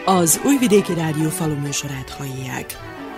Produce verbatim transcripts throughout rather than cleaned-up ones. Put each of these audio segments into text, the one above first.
Az Újvidéki Rádió faluműsorát hallják.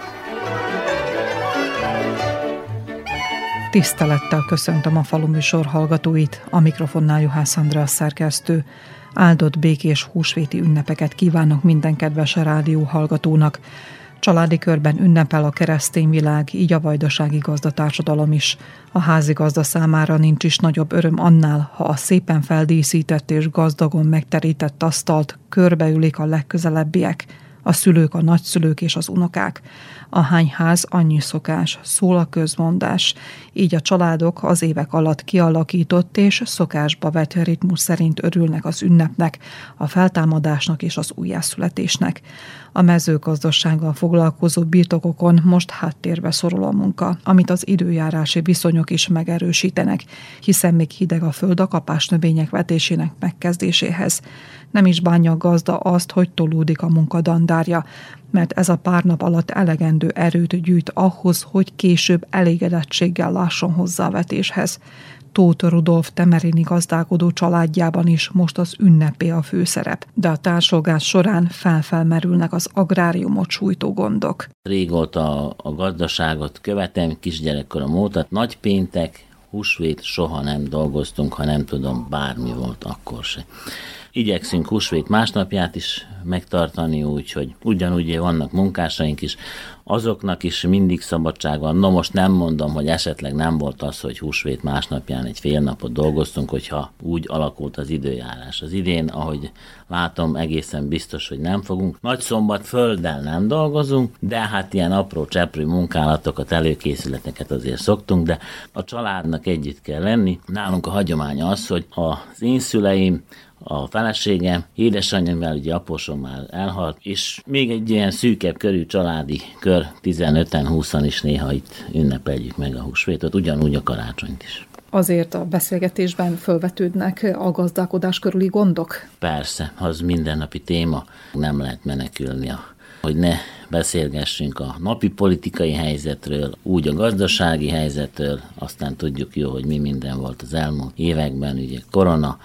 Tisztelettel köszöntöm a faluműsor hallgatóit, a mikrofonnál Juhász Andrea szerkesztő. Áldott békés húsvéti ünnepeket kívánok minden kedves rádió hallgatónak. Családi körben ünnepel a keresztény világ, így a vajdasági gazdatársadalom is. A házigazda számára nincs is nagyobb öröm annál, ha a szépen feldíszített és gazdagon megterített asztalt körbeülik a legközelebbiek, a szülők, a nagyszülők és az unokák. Ahány ház, annyi szokás, szól a közmondás. Így a családok az évek alatt kialakított és szokásba vett ritmus szerint örülnek az ünnepnek, a feltámadásnak és az újjászületésnek. A mezőgazdasággal foglalkozó birtokokon most háttérbe szorul a munka, amit az időjárási viszonyok is megerősítenek, hiszen még hideg a föld a kapásnövények vetésének megkezdéséhez. Nem is bánja a gazda azt, hogy tolódik a munka dandárja, mert ez a pár nap alatt elegendő erőt gyűjt ahhoz, hogy később elégedettséggel lásson hozzá a vetéshez. Tóth Rudolf temerini gazdálkodó családjában is most az ünnepé a főszerep, de a társalgás során felfelmerülnek az agráriumot sújtó gondok. Régóta a gazdaságot követem, kisgyerekkorom óta, nagypéntek, húsvét, soha nem dolgoztunk, ha nem tudom, bármi volt, akkor se. Igyekszünk húsvét másnapját is megtartani, úgyhogy ugyanúgy vannak munkásaink is, azoknak is mindig szabadság van. No, most nem mondom, hogy esetleg nem volt az, hogy húsvét másnapján egy fél napot dolgoztunk, hogyha úgy alakult az időjárás. Az idén, ahogy látom, egészen biztos, hogy nem fogunk. Nagyszombat földdel nem dolgozunk, de hát ilyen apró cseprő munkálatokat, előkészületeket azért szoktunk, de a családnak együtt kell lenni. Nálunk a hagyomány az, hogy az én szüleim, a feleségem, édesanyám, mert ugye apósom már elhalt, és még egy ilyen szűkebb körű családi kör, tizenöten, húszan is néha itt ünnepeljük meg a húsvétot, ugyanúgy a karácsonyt is. Azért a beszélgetésben fölvetődnek a gazdálkodás körüli gondok? Persze, az mindennapi téma, nem lehet menekülni, a, hogy ne beszélgessünk a napi politikai helyzetről, úgy a gazdasági helyzetről, aztán tudjuk jó, hogy mi minden volt az elmúlt években, ugye korona,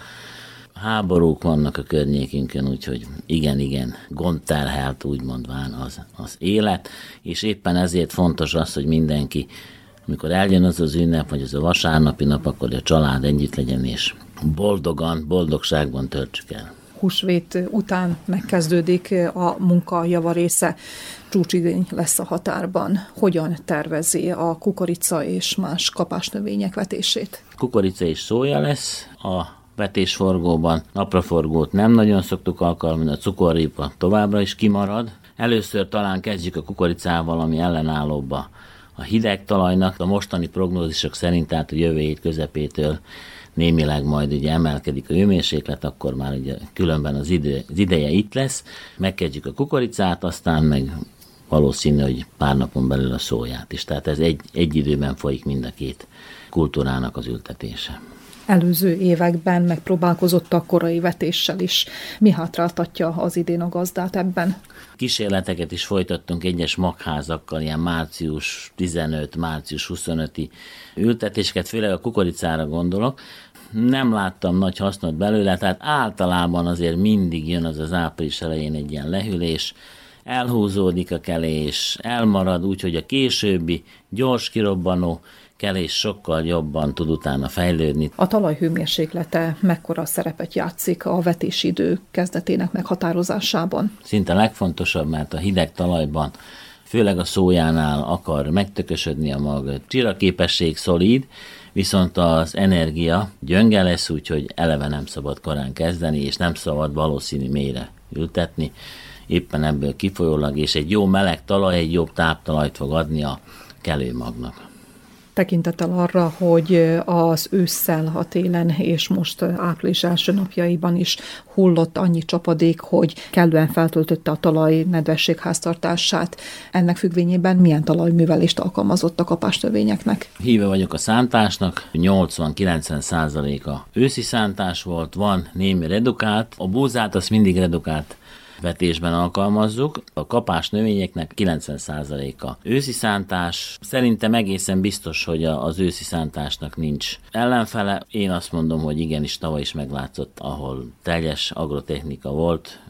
háborúk vannak a környékünkön, úgyhogy igen-igen gondterhelt úgy mondván az, az élet, és éppen ezért fontos az, hogy mindenki, amikor eljön az az ünnep, vagy az a vasárnapi nap, akkor a család együtt legyen, és boldogan, boldogságban töltsük el. Húsvét után megkezdődik a munka javarésze, csúcsidény lesz a határban. Hogyan tervezi a kukorica és más kapásnövények vetését? Kukorica és szója lesz a vetésforgóban, napraforgót nem nagyon szoktuk alkalmazni, a cukorrépa továbbra is kimarad. Először talán kezdjük a kukoricával, ami ellenállóbb a hideg talajnak. A mostani prognózisok szerint, tehát a jövő hét közepétől némileg majd ugye emelkedik a hőmérséklet, akkor már ugye különben az, idő, az ideje itt lesz. Megkezdjük a kukoricát, aztán meg valószínű, hogy pár napon belül a szóját is. Tehát ez egy, egy időben folyik mind a két kultúrának az ültetése. Előző években megpróbálkozott a korai vetéssel is. Mi hátráltatja az idén a gazdát ebben? Kísérleteket is folytattunk egyes magházakkal, ilyen március tizenötödike, március huszonötödike ültetéseket, főleg a kukoricára gondolok. Nem láttam nagy hasznot belőle, tehát általában azért mindig jön az az április elején egy ilyen lehűlés, elhúzódik a kelés, elmarad, úgyhogy a későbbi gyors kirobbanó kelés sokkal jobban tud utána fejlődni. A talaj hőmérséklete mekkora szerepet játszik a vetési idő kezdetének meghatározásában? Szinte legfontosabb, mert a hideg talajban, főleg a szójánál akar megtökösödni a maga. Csirraképesség szolíd, viszont az energia gyönge lesz, úgyhogy eleve nem szabad korán kezdeni, és nem szabad valószínű mélyre ültetni. Éppen ebből kifolyólag, és egy jó meleg talaj, egy jobb táptalajt fog adni a kelőmagnak. Tekintettel arra, hogy az ősszel, a télen és most április első napjaiban is hullott annyi csapadék, hogy kellően feltöltötte a talaj nedvességháztartását. Ennek függvényében milyen talajművelést alkalmazott a kapásnövényeknek? Híve vagyok a szántásnak, nyolcvan-kilencven százaléka őszi szántás volt, van némi redukált, a búzát azt mindig redukált vetésben alkalmazzuk. A kapás növényeknek kilencven százaléka őszi szántás. Szerintem egészen biztos, hogy az őszi szántásnak nincs ellenfele. Én azt mondom, hogy igenis tavaly is meglátszott, ahol teljes agrotechnika volt,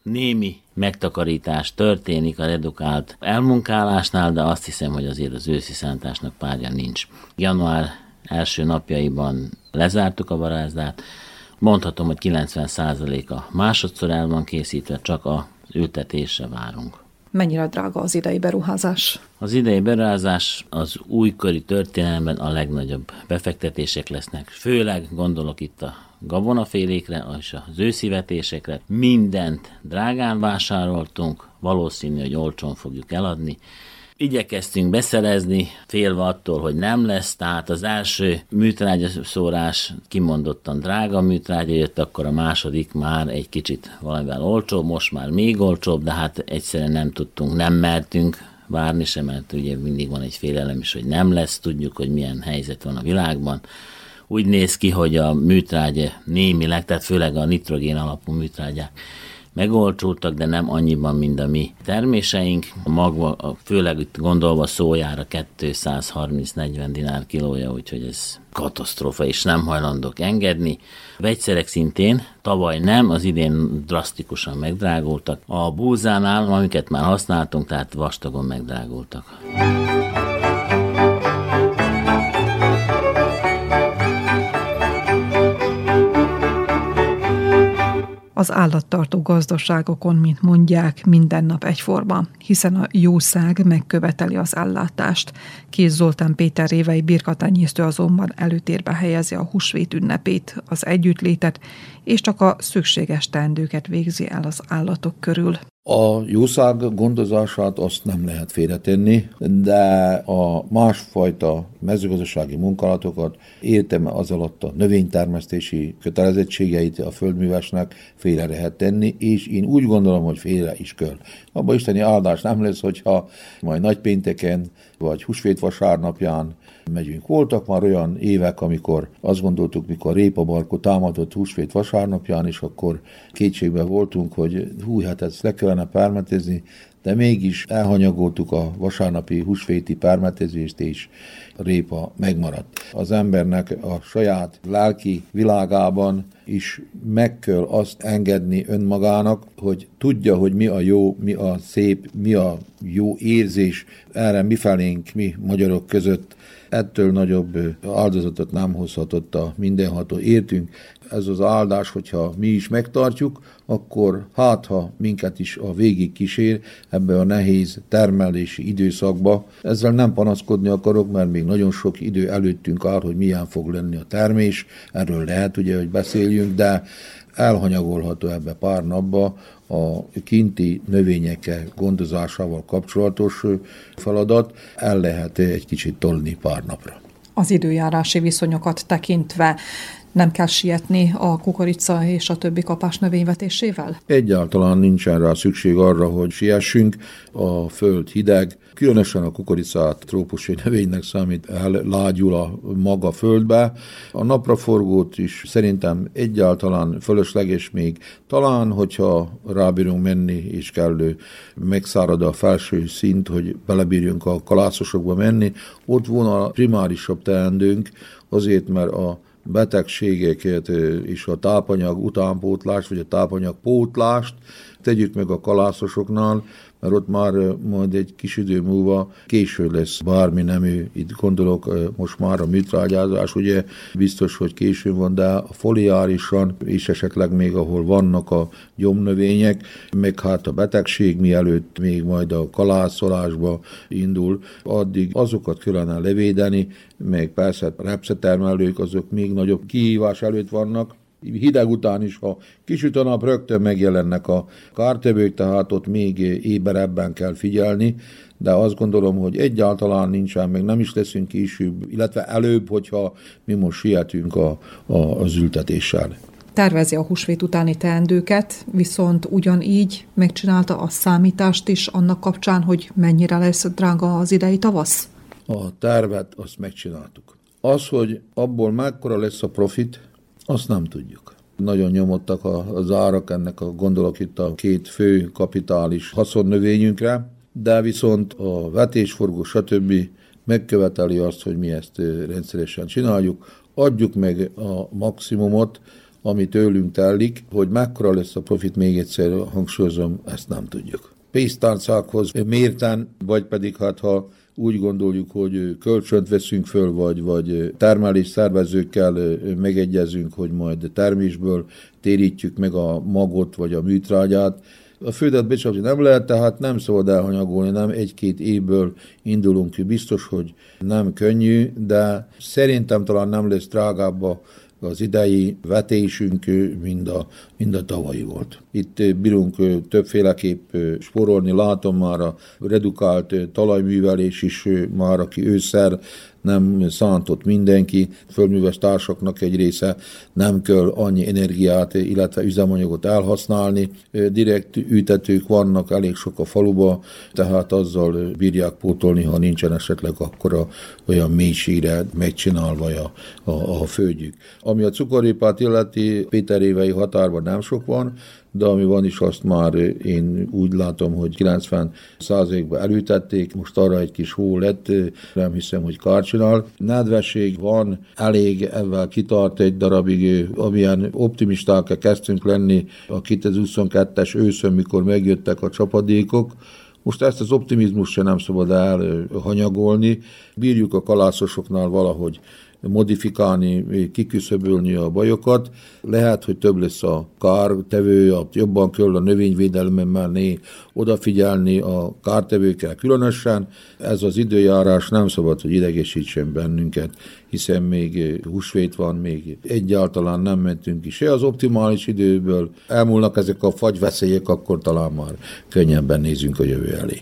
némi megtakarítás történik a redukált elmunkálásnál, de azt hiszem, hogy azért az őszi szántásnak párja nincs. Január első napjaiban lezártuk a barázdát, mondhatom, hogy kilencven százaléka másodszor el van készítve, csak az ültetésre várunk. Mennyire drága az idei beruházás? Az idei beruházás az újkori történelemben a legnagyobb befektetések lesznek. Főleg gondolok itt a gabonafélékre és az őszivetésekre. Mindent drágán vásároltunk, valószínű, hogy olcsón fogjuk eladni. Igyekeztünk beszerezni, félve attól, hogy nem lesz, tehát az első műtrágyaszórás kimondottan drága műtrágya jött, akkor a második már egy kicsit valamivel olcsóbb, most már még olcsóbb, de hát egyszerűen nem tudtunk, nem mertünk várni sem, mert ugye mindig van egy félelem is, hogy nem lesz, tudjuk, hogy milyen helyzet van a világban. Úgy néz ki, hogy a műtrágya némileg, tehát főleg a nitrogén alapú műtrágyák megolcsultak, de nem annyiban, mint a mi terméseink. A magva, főleg itt gondolva szójára kétszázharminc-negyven dinár kilója, úgyhogy ez katasztrófa, és nem hajlandók engedni. A vegyszerek szintén tavaly nem, az idén drasztikusan megdrágultak. A búzánál, amiket már használtunk, tehát vastagon megdrágultak. Az állattartó gazdaságokon, mint mondják, minden nap egyforma, hiszen a jószág megköveteli az ellátást. Kész Zoltán Péter révei birkatenyésztő azonban előtérbe helyezi a húsvét ünnepét, az együttlétet, és csak a szükséges teendőket végzi el az állatok körül. A jószág gondozását azt nem lehet félretenni, de a másfajta mezőgazdasági munkálatokat értem az alatt a növénytermesztési kötelezettségeit a földművesnek félre lehet tenni, és én úgy gondolom, hogy félre is kell. Abban isteni áldás nem lesz, hogyha majd nagypénteken vagy húsvét vasárnapján megyünk. Voltak már olyan évek, amikor azt gondoltuk, mikor répabarkó támadott húsvét vasárnapján, és akkor kétségben voltunk, hogy hú, hát ezt le kellene permetezni, de mégis elhanyagoltuk a vasárnapi húsvéti permetezést, és a répa megmaradt. Az embernek a saját lelki világában is meg kell azt engedni önmagának, hogy tudja, hogy mi a jó, mi a szép, mi a jó érzés, erre mifelénk, mi magyarok között ettől nagyobb áldozatot nem hozhatott a mindenható. Értünk, ez az áldás, hogyha mi is megtartjuk, akkor hát, ha minket is a végig kísér ebbe a nehéz termelési időszakba. Ezzel nem panaszkodni akarok, mert még nagyon sok idő előttünk áll, hogy milyen fog lenni a termés. Erről lehet ugye, hogy beszéljünk, de elhanyagolható ebbe pár napba a kinti növények gondozásával kapcsolatos feladat, el lehet egy kicsit tolni pár napra. Az időjárási viszonyokat tekintve nem kell sietni a kukorica és a többi kapás növényvetésével? Egyáltalán nincsen rá szükség arra, hogy siessünk. A föld hideg, különösen a kukoricát trópusi növénynek számít, ellágyul a maga földbe. A napraforgót is szerintem egyáltalán fölösleges még. Talán, hogyha rábírunk menni, és kellő megszárad a felső szint, hogy belebírjunk a kalászosokba menni, ott volna primárisabb teendőnk, azért, mert a betegségeket és a tápanyag utánpótlást, vagy a tápanyag pótlást tegyük meg a kalászosoknál, mert ott már majd egy kis idő múlva késő lesz bármi nemű. Itt gondolok most már a műtrágyázás, ugye biztos, hogy késő van, de a foliárisan, és esetleg még ahol vannak a gyomnövények, meg hát a betegség mielőtt még majd a kalászolásba indul, addig azokat kellene levédeni, meg persze a repcetermelők azok még nagyobb kihívás előtt vannak. Hideg után is, ha kisüt a nap, rögtön megjelennek a kártevők, tehát ott még éberebben kell figyelni, de azt gondolom, hogy egyáltalán nincsen, meg nem is leszünk később, illetve előbb, hogyha mi most sietünk a, a, az ültetéssel. Tervezi a húsvét utáni teendőket, viszont ugyanígy megcsinálta a számítást is annak kapcsán, hogy mennyire lesz drága az idei tavasz? A tervet azt megcsináltuk. Az, hogy abból mekkora lesz a profit, azt nem tudjuk. Nagyon nyomottak az árak, ennek a gondolok itt a két fő kapitális haszonnövényünkre, de viszont a vetésforgó, stb. Megköveteli azt, hogy mi ezt rendszeresen csináljuk, adjuk meg a maximumot, ami tőlünk telik, hogy mekkora lesz a profit, még egyszer hangsúlyozom, ezt nem tudjuk. Pénztárcákhoz mérten, vagy pedig hát ha úgy gondoljuk, hogy kölcsönt veszünk föl, vagy, vagy termelés szervezőkkel megegyezünk, hogy majd termésből térítjük meg a magot, vagy a műtrágyát. A földet becsapni nem lehet, tehát nem szabad elhanyagolni, nem egy-két évből indulunk ki. Biztos, hogy nem könnyű, de szerintem talán nem lesz drágább az idei vetésünk, mind a, mind a tavalyi volt. Itt bírunk többféleképp spórolni, látom már a redukált talajművelés is már, aki ősszel nem szántott mindenki, földműves társaknak egy része nem kell annyi energiát, illetve üzemanyagot elhasználni. Direkt ültetők vannak elég sok a faluba, tehát azzal bírják pótolni, ha nincsen esetleg akkora olyan mélységre megcsinálva a, a, a földjük. Ami a cukorrépát illeti, Péterévei határban nem sok van, de ami van is, azt már én úgy látom, hogy kilencven százalékban elültették, most arra egy kis hó lett, nem hiszem, hogy kár csinál. Nedvesség van, elég, ezzel kitart egy darabig, amilyen optimisták kezdtünk lenni a kétezer-huszonkettes őszön, mikor megjöttek a csapadékok. Most ezt az optimizmus se nem szabad elhanyagolni. Bírjuk a kalászosoknál valahogy modifikálni, kiküszöbölni a bajokat. Lehet, hogy több lesz a kártevő, jobban kell a növényvédelemmel odafigyelni a kártevőkkel különösen. Ez az időjárás nem szabad, hogy idegesítsen bennünket, hiszen még húsvét van, még egyáltalán nem mentünk ki se az optimális időből. Elmúlnak ezek a fagyveszélyek, akkor talán már könnyebben nézünk a jövő elé.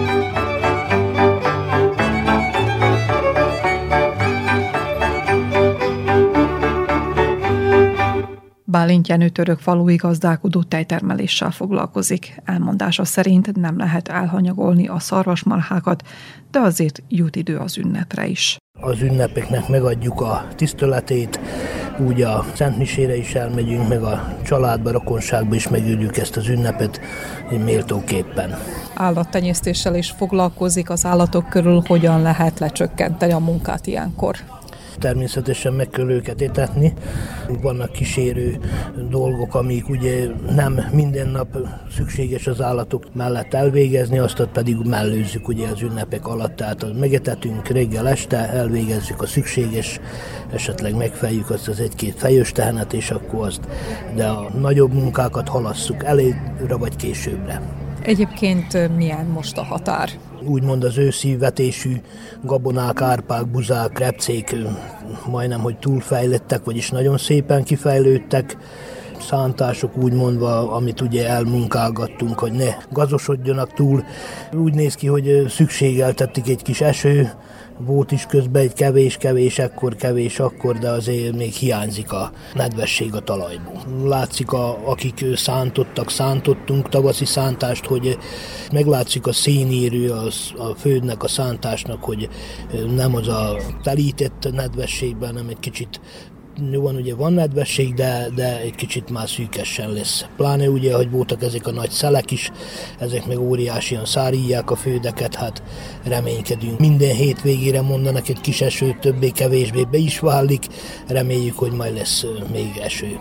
Bálint Jenő török falui gazdálkodó tejtermeléssel foglalkozik. Elmondása szerint nem lehet elhanyagolni a szarvasmarhákat, de azért jut idő az ünnepre is. Az ünnepeknek megadjuk a tiszteletét, úgy a szentmisére is elmegyünk, meg a családba, rokonságba is megüljük ezt az ünnepet méltóképpen. Állattenyésztéssel is foglalkozik, az állatok körül hogyan lehet lecsökkenteni a munkát ilyenkor? Természetesen meg kell őket etetni. Vannak kísérő dolgok, amik ugye nem minden nap szükséges az állatok mellett elvégezni, azt pedig mellőzzük ugye az ünnepek alatt. Tehát megetetünk reggel este, elvégezzük a szükséges, esetleg megfejjük azt az egy-két fejős tehenet, és akkor azt, de a nagyobb munkákat halasszuk előre vagy későbbre. Egyébként milyen most a határ? Úgymond az őszi vetésű gabonák, árpák, buzák, repcék majdnem, hogy túlfejlettek, vagyis nagyon szépen kifejlődtek. Szántások úgy mondva, amit ugye elmunkálgattunk, hogy ne gazosodjanak túl. Úgy néz ki, hogy szükségeltetik egy kis eső, volt is közben egy kevés-kevés, ekkor kevés, akkor, de azért még hiányzik a nedvesség a talajból. Látszik, a, akik szántottak, szántottunk tavaszi szántást, hogy meglátszik a szénérő az, a földnek, a szántásnak, hogy nem az a telített nedvességben, hanem egy kicsit van, ugye van nedvesség, de, de egy kicsit már szűkesen lesz. Pláne ugye, hogy voltak ezek a nagy szelek is, ezek meg óriásian szárítják a földeket, hát reménykedünk. Minden hétvégére mondanak egy kis eső, többé-kevésbé be is válik, reméljük, hogy majd lesz még eső.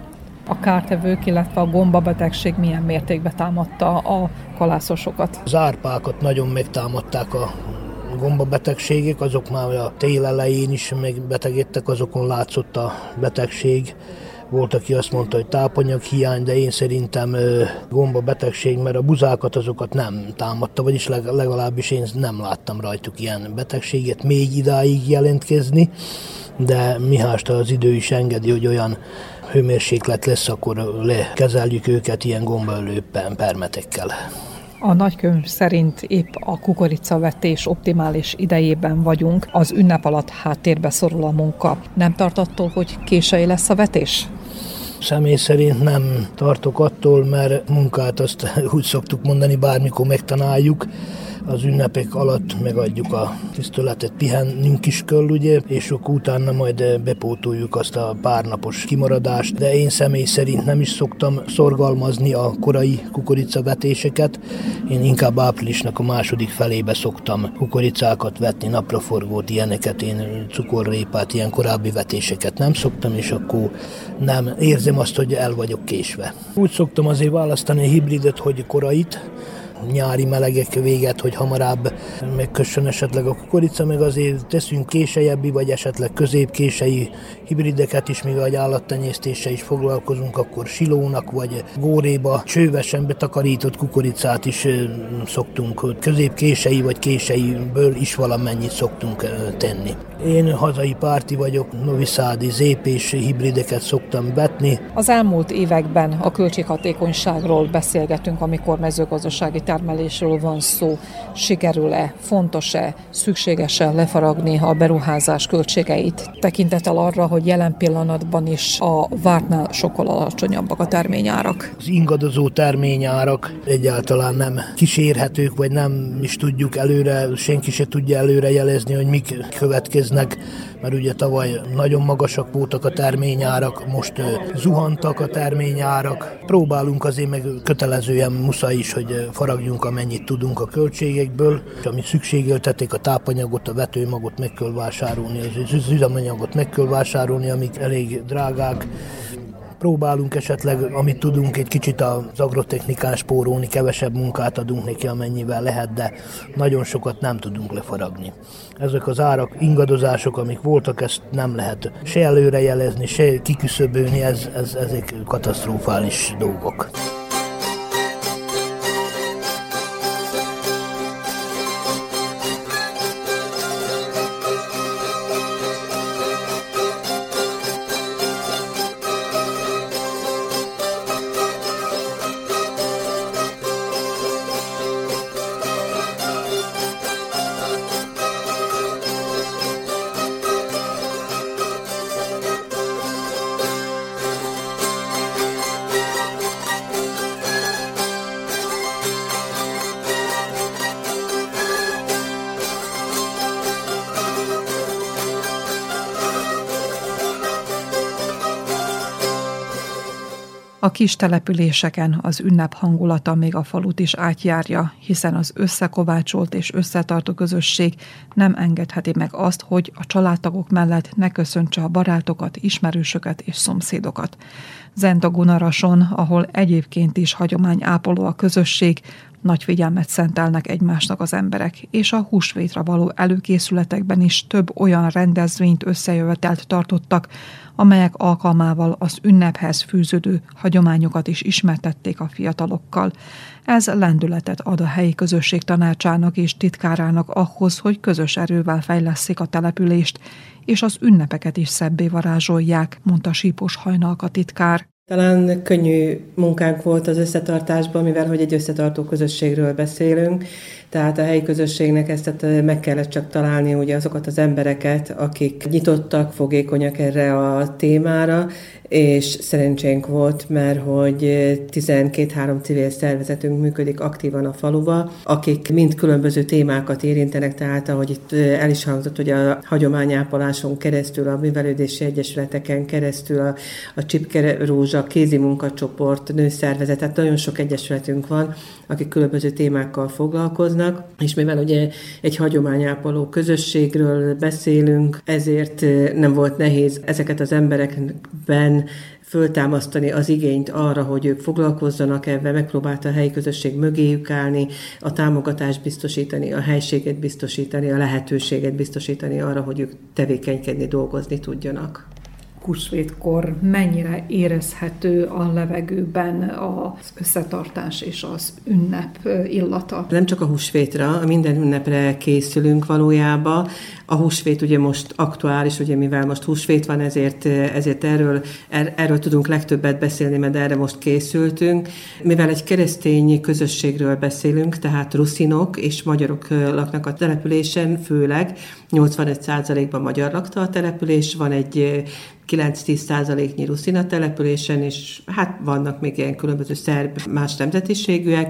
A kártevők, illetve a gombabetegség milyen mértékben támadta a kalászosokat? Az árpákat nagyon megtámadták a gombabetegségek, azok már a tél elején is megbetegedtek, azokon látszott a betegség. Volt, aki azt mondta, hogy tápanyag hiány, de én szerintem gombabetegség, mert a buzákat azokat nem támadta, vagyis legalábbis én nem láttam rajtuk ilyen betegséget még idáig jelentkezni, de mihásta az idő is engedi, hogy olyan hőmérséklet lesz, akkor lekezeljük őket ilyen gombaölő permetekkel. A nagykönyv szerint épp a kukoricavetés optimális idejében vagyunk, az ünnep alatt háttérbe szorul a munka. Nem tart attól, hogy késői lesz a vetés? Személy szerint nem tartok attól, mert munkát azt úgy szoktuk mondani, bármikor megtanáljuk. Az ünnepek alatt megadjuk a tiszteletet, pihennünk is kell, ugye, és akkor utána majd bepótoljuk azt a párnapos kimaradást, de én személy szerint nem is szoktam szorgalmazni a korai kukoricavetéseket. Én inkább áprilisnak a második felébe szoktam kukoricákat vetni, napraforgót, ilyeneket, én cukorrépát, ilyen korábbi vetéseket nem szoktam, és akkor nem érzem érzem azt, hogy el vagyok késve. Úgy szoktam azért választani a hibridet, hogy korait, nyári melegek véget, hogy hamarabb megkössön esetleg a kukorica, meg azért teszünk késelyebbi, vagy esetleg középkései hibrideket is, mivel egy állattenyésztéssel is foglalkozunk, akkor silónak, vagy góréba csővesen betakarított kukoricát is szoktunk, középkései vagy késeiből is valamennyit szoktunk tenni. Én hazai párti vagyok, noviszádi zépés hibrideket szoktam vetni. Az elmúlt években a költséghatékonyságról beszélgetünk, amikor mezőgazdasági termelésről van szó. Sikerül-e, fontos-e, szükséges-e lefaragni a beruházás költségeit? Tekintettel arra, hogy jelen pillanatban is a vártnál sokkal alacsonyabbak a terményárak. Az ingadozó terményárak egyáltalán nem kísérhetők, vagy nem is tudjuk előre, senki se tudja előre jelezni, hogy mik következnek, mert ugye tavaly nagyon magasak voltak a terményárak, most zuhantak a terményárak. Próbálunk azért meg kötelezően muszáj is, hogy faragjunk, amennyit tudunk a költségekből, és ami szükségeltetik, a tápanyagot, a vetőmagot meg kell vásárolni, az üzemanyagot meg kell vásárolni, amik elég drágák. Próbálunk esetleg, amit tudunk, egy kicsit az agrotechnikán spórolni, kevesebb munkát adunk neki, amennyivel lehet, de nagyon sokat nem tudunk lefaragni. Ezek az árak, ingadozások, amik voltak, ezt nem lehet se előrejelezni, se kiküszöbölni, ez, ez, ezek katasztrofális dolgok. A kis településeken az ünnep hangulata még a falut is átjárja, hiszen az összekovácsolt és összetartó közösség nem engedheti meg azt, hogy a családtagok mellett ne köszöntse a barátokat, ismerősöket és szomszédokat. Zentagunarason, ahol egyébként is hagyományápoló a közösség, nagy figyelmet szentelnek egymásnak az emberek, és a húsvétra való előkészületekben is több olyan rendezvényt, összejövetelt tartottak, amelyek alkalmával az ünnephez fűződő hagyományokat is ismertették a fiatalokkal. Ez lendületet ad a helyi közösség tanácsának és titkárának ahhoz, hogy közös erővel fejlesszék a települést, és az ünnepeket is szebbé varázsolják, mondta Sípos Hajnalka titkár. Talán könnyű munkánk volt az összetartásban, mivel hogy egy összetartó közösségről beszélünk, tehát a helyi közösségnek ezt meg kellett csak találni ugye azokat az embereket, akik nyitottak, fogékonyak erre a témára, és szerencsénk volt, mert hogy tizenkét-három civil szervezetünk működik aktívan a faluba, akik mind különböző témákat érintenek, tehát ahogy itt el is hangzott, hogy a hagyományápoláson keresztül, a művelődési egyesületeken keresztül, a, a Csipke Rózsa, kézi munkacsoport, nőszervezet, tehát nagyon sok egyesületünk van, akik különböző témákkal foglalkoznak, és mivel ugye egy hagyományápoló közösségről beszélünk, ezért nem volt nehéz ezeket az emberekben föltámasztani az igényt arra, hogy ők foglalkozzanak ebben, megpróbálta a helyi közösség mögéjük állni, a támogatást biztosítani, a helységet biztosítani, a lehetőséget biztosítani arra, hogy ők tevékenykedni, dolgozni tudjanak. Húsvétkor mennyire érezhető a levegőben az összetartás és az ünnep illata? Nem csak a húsvétra, minden ünnepre készülünk valójában. A húsvét ugye most aktuális, ugye mivel most húsvét van, ezért, ezért erről, er, erről tudunk legtöbbet beszélni, mert erre most készültünk. Mivel egy keresztény közösségről beszélünk, tehát ruszinok és magyarok laknak a településen, főleg nyolcvanöt százalékban magyar lakta a település, van egy kilenc-tíz százaléknyi ruszin a településen, és hát vannak még ilyen különböző szerb, más nemzetiségűek,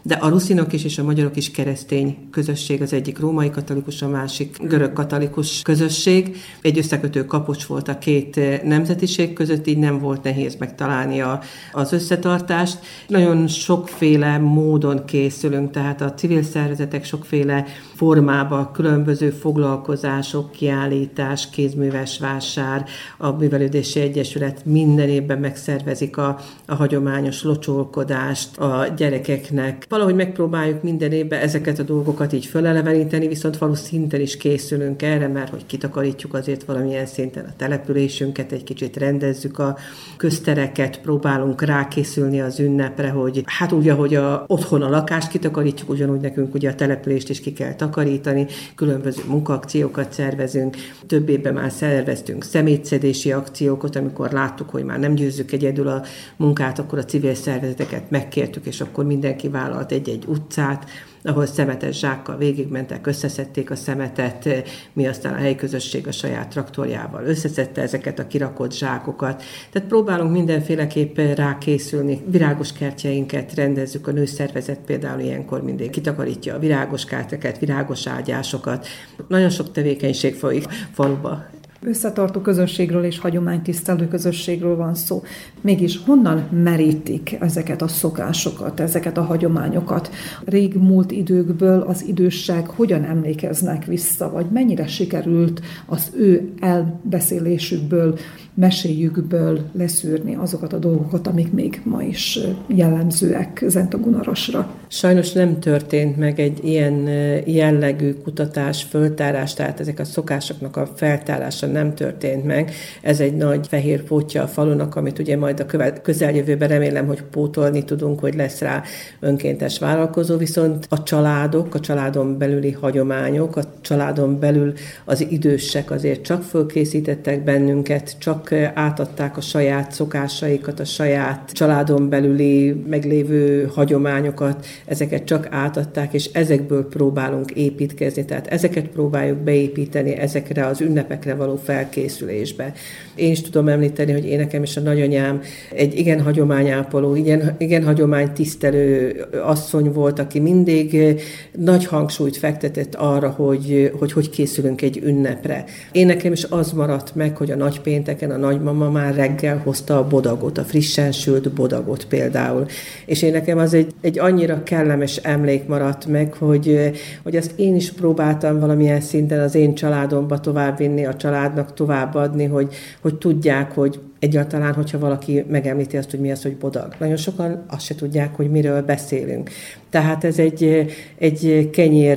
de a ruszinok is és a magyarok is keresztény közösség, az egyik római katolikus, a másik görög katolikus közösség. Egy összekötő kapocs volt a két nemzetiség között, így nem volt nehéz megtalálni a, az összetartást. Nagyon sokféle módon készülünk, tehát a civil szervezetek sokféle formában, különböző foglalkozások, kiállítás, kézműves vásár, a Művelődési Egyesület minden évben megszervezik a, a hagyományos locsolkodást a gyerekeknek. Valahogy megpróbáljuk minden évben ezeket a dolgokat így föleleveníteni, viszont falu szinten is készülünk erre, mert hogy kitakarítjuk azért valamilyen szinten a településünket, egy kicsit rendezzük a köztereket, próbálunk rákészülni az ünnepre, hogy hát úgy, ahogy a, otthon a lakást kitakarítjuk, ugyanúgy nekünk ugye a települést is ki kell takarítani, különböző munkaakciókat szervezünk, több évben már szerveztünk szemétszedési akciókat, amikor láttuk, hogy már nem győzzük egyedül a munkát, akkor a civil szervezeteket megkértük, és akkor mindenki vállalt egy-egy utcát, ahol szemetes zsákkal végigmentek, összeszedték a szemetet, mi aztán a helyi közösség a saját traktorjával összeszedte ezeket a kirakott zsákokat. Tehát próbálunk mindenféleképpen rákészülni. Virágos kertjeinket rendezzük, a nőszervezet például ilyenkor mindig kitakarítja a virágos kerteket, virágos ágyásokat. Nagyon sok tevékenység folyik faluba. Összetartó közösségről és hagyománytisztelő közösségről van szó. Mégis honnan merítik ezeket a szokásokat, ezeket a hagyományokat? Rég múlt időkből az idősek hogyan emlékeznek vissza, vagy mennyire sikerült az ő elbeszélésükből, meséjükből leszűrni azokat a dolgokat, amik még ma is jellemzőek Zentogунarosra? Sajnos nem történt meg egy ilyen jellegű kutatás, föltárás, tehát ezek a szokásoknak a feltárása nem történt meg. Ez egy nagy fehér pótja a falunak, amit ugye majd a közeljövőben remélem, hogy pótolni tudunk, hogy lesz rá önkéntes vállalkozó, viszont a családok, a családon belüli hagyományok, a családon belül az idősek azért csak fölkészítettek bennünket, csak átadták a saját szokásaikat, a saját családon belüli meglévő hagyományokat, ezeket csak átadták, és ezekből próbálunk építkezni, tehát ezeket próbáljuk beépíteni ezekre az ünnepekre való felkészülésbe. Én is tudom említeni, hogy én nekem is a nagyanyám egy igen hagyományápoló, igen, igen hagyománytisztelő asszony volt, aki mindig nagy hangsúlyt fektetett arra, hogy, hogy hogy készülünk egy ünnepre. Én nekem is az maradt meg, hogy a nagypénteken a nagymama már reggel hozta a bodagot, a frissen sült bodagot például. És én nekem az egy, egy annyira kellemes emlék maradt meg, hogy, hogy ezt én is próbáltam valamilyen szinten az én családomba továbbvinni, a családnak továbbadni, hogy, hogy tudják, hogy egyáltalán, hogyha valaki megemlíti azt, hogy mi az, hogy bodag. Nagyon sokan azt se tudják, hogy miről beszélünk. Tehát ez egy, egy kenyér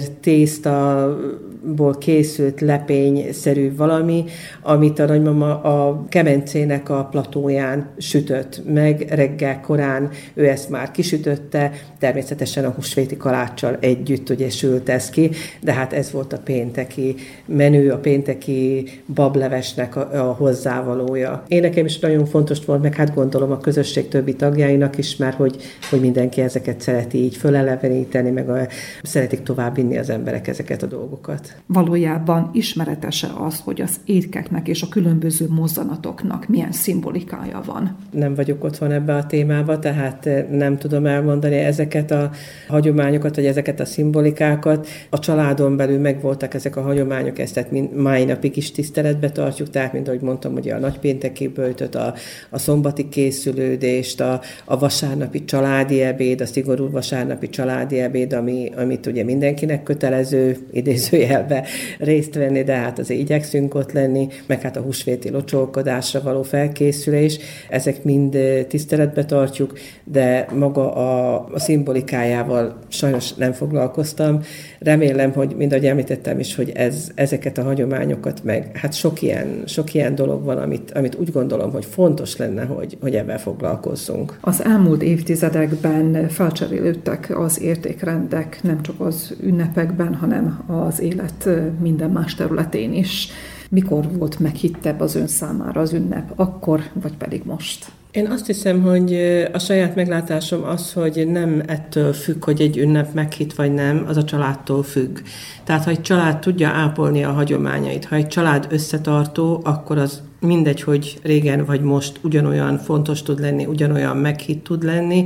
tésztaból készült lepényszerű valami, amit a nagymama a kemencének a platóján sütött meg, reggel korán ő ezt már kisütötte, természetesen a húsvéti kaláccsal együtt ugye sült ez ki, de hát ez volt a pénteki menü, a pénteki bablevesnek a, a hozzávalója. Én nekem is nagyon fontos volt, meg hát gondolom a közösség többi tagjáinak is, mert hogy, hogy mindenki ezeket szereti így föleleveníteni, meg a, szeretik továbbvinni az emberek ezeket a dolgokat. Valójában ismeretes-e az, hogy az étkeknek és a különböző mozzanatoknak milyen szimbolikája van? Nem vagyok otthon ebbe a témába, tehát nem tudom elmondani ezeket a hagyományokat, vagy ezeket a szimbolikákat. A családon belül megvoltak ezek a hagyományok, ezt tehát mind, mai napig is tiszteletbe tartjuk, tehát mint ahogy mondtam, ugye a nagypénteki böjtöt, a, a szombati készülődést, a, a vasárnapi családi ebéd, a szigorú vasárnapi családi ebéd, ami, amit ugye mindenkinek kötelező idézőjelbe részt venni, de hát azért igyekszünk ott lenni, meg hát a húsvéti locsolkodásra való felkészülés, ezek mind tiszteletbe tartjuk, de maga a, a szimbolikájával sajnos nem foglalkoztam. Remélem, hogy mind ahogy említettem is, hogy ez, ezeket a hagyományokat meg, hát sok ilyen, sok ilyen dolog van, amit, amit úgy gondolom, hogy fontos lenne, hogy, hogy ebben foglalkozzunk. Az elmúlt évtizedekben felcserélődtek az értékrendek, nem csak az ünnepekben, hanem az élet minden más területén is. Mikor volt meghittebb az ön számára az ünnep? Akkor, vagy pedig most? Én azt hiszem, hogy a saját meglátásom az, hogy nem ettől függ, hogy egy ünnep meghitt vagy nem, az a családtól függ. Tehát, ha egy család tudja ápolni a hagyományait, ha egy család összetartó, akkor az mindegy, hogy régen vagy most ugyanolyan fontos tud lenni, ugyanolyan meghitt tud lenni.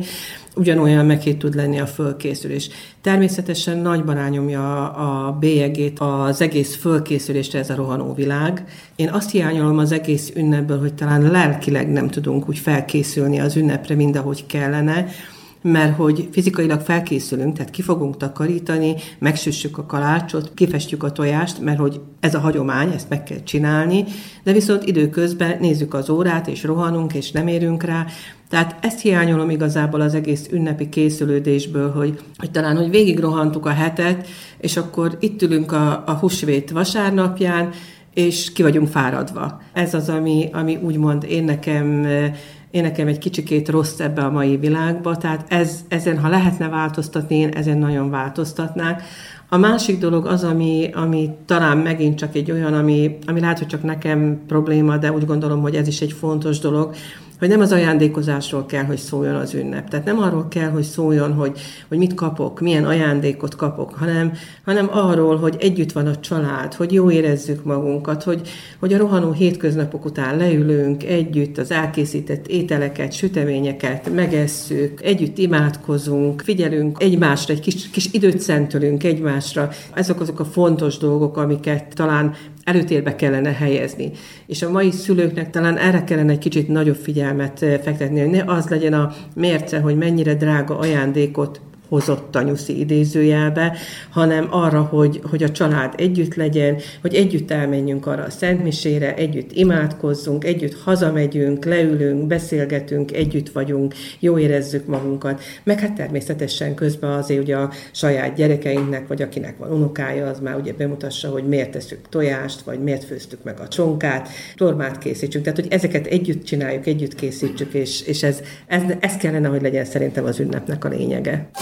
ugyanolyan meghitt tud lenni a fölkészülés. Természetesen nagyban rányomja a bélyegét az egész fölkészülésre ez a rohanó világ. Én azt hiányolom az egész ünnepből, hogy talán lelkileg nem tudunk úgy felkészülni az ünnepre, mind ahogy kellene, mert hogy fizikailag felkészülünk, tehát ki fogunk takarítani, megsüssük a kalácsot, kifestjük a tojást, mert hogy ez a hagyomány, ezt meg kell csinálni, de viszont időközben nézzük az órát, és rohanunk, és nem érünk rá. Tehát ezt hiányolom igazából az egész ünnepi készülődésből, hogy, hogy talán, hogy végig rohantuk a hetet, és akkor itt ülünk a, a húsvét vasárnapján, és ki vagyunk fáradva. Ez az, ami, ami úgymond én nekem... Én nekem egy kicsikét rossz ebbe a mai világba, tehát ez, ezen, ha lehetne változtatni, én ezen nagyon változtatnák. A másik dolog az, ami, ami talán megint csak egy olyan, ami, ami lehet, hogy csak nekem probléma, de úgy gondolom, hogy ez is egy fontos dolog, hogy nem az ajándékozásról kell, hogy szóljon az ünnep. Tehát nem arról kell, hogy szóljon, hogy, hogy mit kapok, milyen ajándékot kapok, hanem, hanem arról, hogy együtt van a család, hogy jó érezzük magunkat, hogy, hogy a rohanó hétköznapok után leülünk együtt az elkészített ételeket, süteményeket, megesszük, együtt imádkozunk, figyelünk egymásra, egy kis, kis időt szentölünk egymásra. Ezek azok a fontos dolgok, amiket talán előtérbe kellene helyezni. És a mai szülőknek talán erre kellene egy kicsit nagyobb figyelmet fektetni, hogy ne az legyen a mérce, hogy mennyire drága ajándékot hozott a nyuszi idézőjelbe, hanem arra, hogy, hogy a család együtt legyen, hogy együtt elmenjünk arra a szentmisére, együtt imádkozzunk, együtt hazamegyünk, leülünk, beszélgetünk, együtt vagyunk, jó érezzük magunkat. Meg hát természetesen közben azért ugye a saját gyerekeinknek, vagy akinek van unokája, az már ugye bemutassa, hogy miért tesszük tojást, vagy miért főztük meg a csonkát, tormát készítsünk. Tehát, hogy ezeket együtt csináljuk, együtt készítsük, és, és ez, ez, ez kellene, hogy legyen szerintem az ünnepnek a lényege.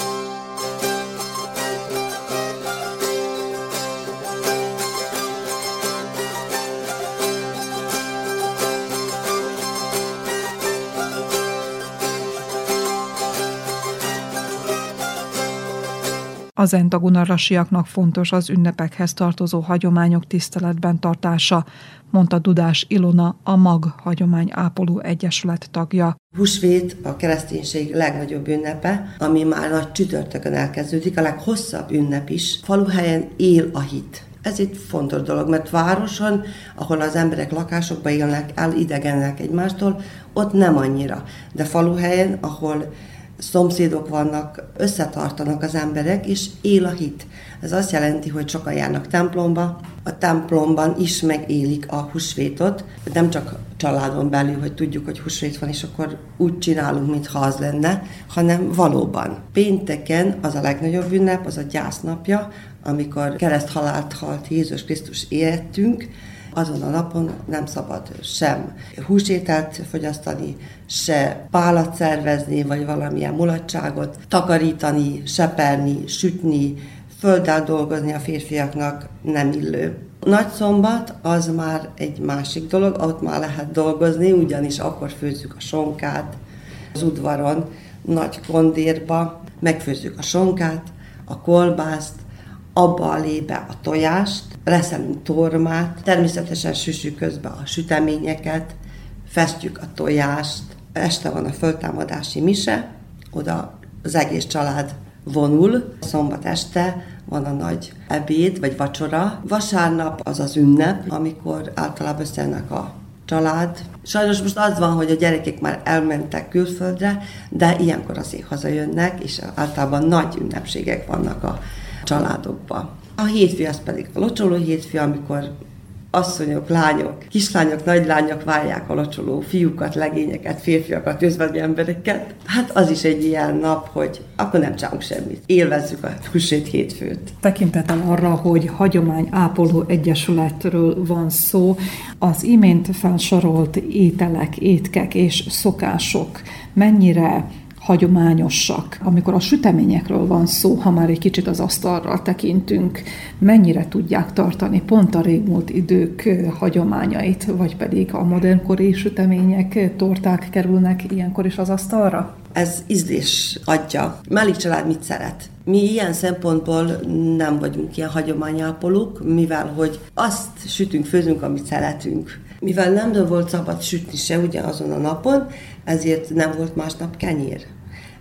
Az entagunarasiaknak fontos az ünnepekhez tartozó hagyományok tiszteletben tartása, mondta Dudás Ilona, a MAG Hagyományápoló Egyesület tagja. Húsvét a kereszténység legnagyobb ünnepe, ami már nagy csütörtökön elkezdődik, a leghosszabb ünnep is. Faluhelyen él a hit. Ez egy fontos dolog, mert városon, ahol az emberek lakásokban élnek, elidegenek egymástól, ott nem annyira. De faluhelyen, ahol szomszédok vannak, összetartanak az emberek, és él a hit. Ez azt jelenti, hogy sokan járnak templomba, a templomban is megélik a húsvétot, nem csak családon belül, hogy tudjuk, hogy húsvét van, és akkor úgy csinálunk, mintha az lenne, hanem valóban. Pénteken az a legnagyobb ünnep, az a gyásznapja, amikor kereszthalált halt Jézus Krisztus életünk. Azon a napon nem szabad sem húsételt fogyasztani, se pálat szervezni, vagy valamilyen mulatságot, takarítani, seperni, sütni, földdel dolgozni a férfiaknak nem illő. Nagyszombat az már egy másik dolog, ott már lehet dolgozni, ugyanis akkor főzzük a sonkát az udvaron, nagy kondérba, megfőzzük a sonkát, a kolbászt, abba a lébe a tojást, reszelünk tormát, természetesen süssük közben a süteményeket, festjük a tojást, este van a föltámadási mise, oda az egész család vonul, szombat este van a nagy ebéd vagy vacsora, vasárnap az az ünnep, amikor általában összejönnek a család. Sajnos most az van, hogy a gyerekek már elmentek külföldre, de ilyenkor azért hazajönnek, és általában nagy ünnepségek vannak a családokban. A hétfő az pedig a locsoló hétfő, amikor asszonyok, lányok, kislányok, nagylányok várják a locsoló fiúkat, legényeket, férfiakat, özvegyi embereket. Hát az is egy ilyen nap, hogy akkor nem csinálunk semmit. Élvezzük a húsvét hétfőt. Tekintettel arra, hogy Hagyományápoló Egyesületről van szó, az imént felsorolt ételek, étkek és szokások mennyire hagyományosak. Amikor a süteményekről van szó, ha már egy kicsit az asztalra tekintünk, mennyire tudják tartani pont a régmúlt idők hagyományait, vagy pedig a modernkori sütemények, torták kerülnek ilyenkor is az asztalra? Ez ízlés adja. Melyik család mit szeret? Mi ilyen szempontból nem vagyunk ilyen hagyományápolók, mivel hogy azt sütünk, főzünk, amit szeretünk. Mivel nem volt szabad sütni se ugyanazon a napon, ezért nem volt másnap kenyér.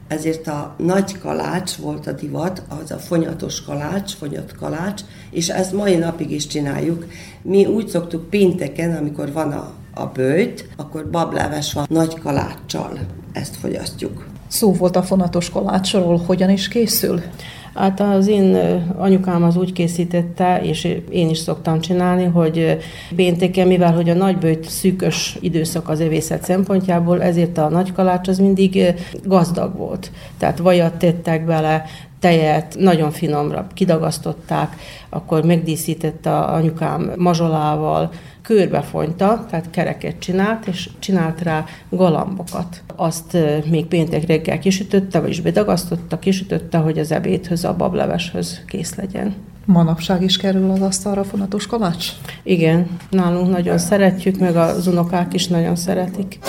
ezért a nagy kalács volt a divat, az a fonyatos kalács, fonyott kalács, és ezt mai napig is csináljuk. Mi úgy szoktuk pénteken, amikor van a, a böjt, akkor bableves van nagy kaláccsal, ezt fogyasztjuk. Szó volt a fonatos kalácsról, hogyan is készül? Hát az én anyukám az úgy készítette, és én is szoktam csinálni, hogy pénteken, mivel hogy a nagyböjt szűkös időszak az evészet szempontjából, ezért a nagy kalács az mindig gazdag volt. Tehát vajat tettek bele, tejet, nagyon finomra kidagasztották, akkor megdíszítette a anyukám mazsolával, körbefonyta, tehát kereket csinált, és csinált rá galambokat. Azt még péntek reggel kisütötte, vagyis bedagasztotta, kisütötte, hogy az ebédhöz, a bableveshöz kész legyen. Manapság is kerül az asztalra fonatos kalács? Igen, nálunk nagyon szeretjük, meg az unokák is nagyon szeretik.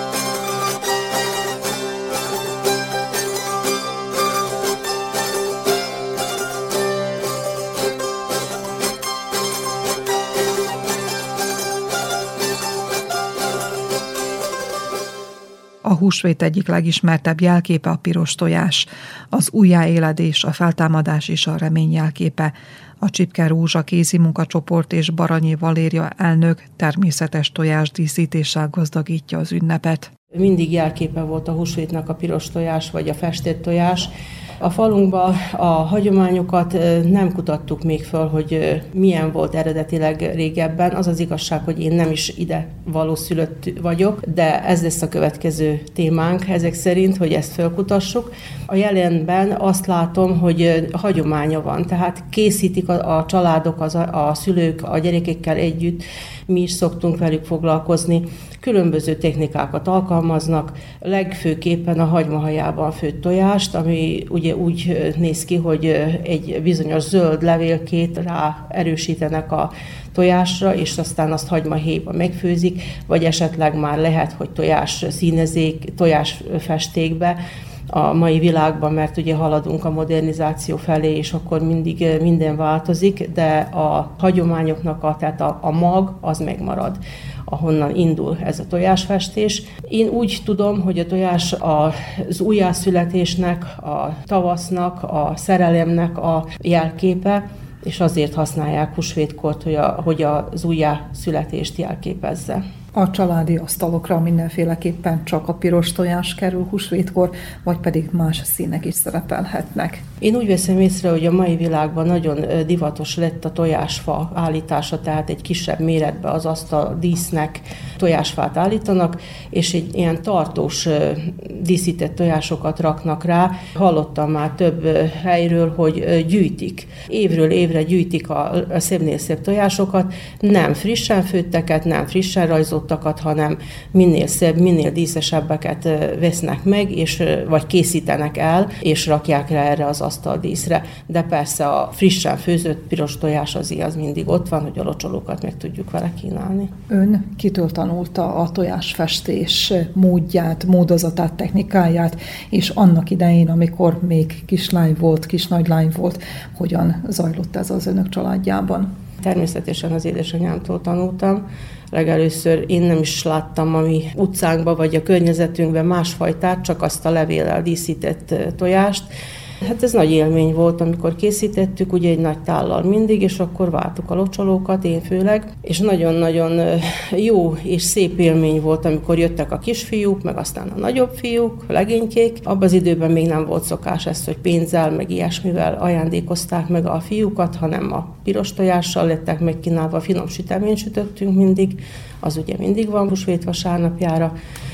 A húsvét egyik legismertebb jelképe a piros tojás, az újjáéledés, a feltámadás és a remény jelképe. A Csipke Rózsa kézimunkacsoport és Baranyi Valéria elnök természetes tojásdíszítéssel gazdagítja az ünnepet. Mindig jelképe volt a húsvétnak a piros tojás vagy a festett tojás. A falunkban a hagyományokat nem kutattuk még föl, hogy milyen volt eredetileg régebben. Az az igazság, hogy én nem is ide valószülött vagyok, de ez lesz a következő témánk ezek szerint, hogy ezt felkutassuk. A jelenben azt látom, hogy hagyománya van, tehát készítik a, a családok, az, a szülők a gyerekekkel együtt, mi is szoktunk velük foglalkozni. Különböző technikákat alkalmaznak, legfőképpen a hagymahajában főtt tojást, ami ugye úgy néz ki, hogy egy bizonyos zöld levélkét rá erősítenek a tojásra, és aztán azt hagymahéjba megfőzik, vagy esetleg már lehet, hogy tojás színezék, tojás festékbe a mai világban, mert ugye haladunk a modernizáció felé, és akkor mindig minden változik, de a hagyományoknak a, tehát a, a mag az megmarad, ahonnan indul ez a tojásfestés. Én úgy tudom, hogy a tojás az újjászületésnek, a tavasznak, a szerelemnek a jelképe, és azért használják húsvétkort, hogy, a, hogy az újjászületést jelképezze. A családi asztalokra mindenféleképpen csak a piros tojás kerül húsvétkor, vagy pedig más színek is szerepelhetnek. Én úgy veszem észre, hogy a mai világban nagyon divatos lett a tojásfa állítása, tehát egy kisebb méretben az asztal dísznek tojásfát állítanak, és egy ilyen tartós díszített tojásokat raknak rá. Hallottam már több helyről, hogy gyűjtik. Évről évre gyűjtik a, a szebbnél szebb tojásokat, nem frissen főtteket, nem frissen rajzottakat, hanem minél szebb, minél díszesebbeket vesznek meg, és, vagy készítenek el, és rakják rá erre az asztaldíszre. De persze a frissen főzött piros tojás azért az mindig ott van, hogy a locsolókat meg tudjuk vele kínálni. Ön kitől tanulta a tojásfestés módját, módozatát, technikáját, és annak idején, amikor még kislány volt, kis nagylány volt, hogyan zajlott ez az önök családjában? Természetesen az édesanyámtól tanultam. Legelőször én nem is láttam a mi utcánkban vagy a környezetünkben másfajtát, csak azt a levéllel díszített tojást. Hát ez nagy élmény volt, amikor készítettük, ugye egy nagy tállal mindig, és akkor váltuk a locsolókat, én főleg, és nagyon-nagyon jó és szép élmény volt, amikor jöttek a kisfiúk, meg aztán a nagyobb fiúk, a legénykék. Abban az időben még nem volt szokás ezt, hogy pénzzel, meg ilyesmivel ajándékozták meg a fiúkat, hanem a piros tojással lettek megkínálva, finom süteményt sütöttünk mindig, az ugye mindig van húsvét vasárnapjára,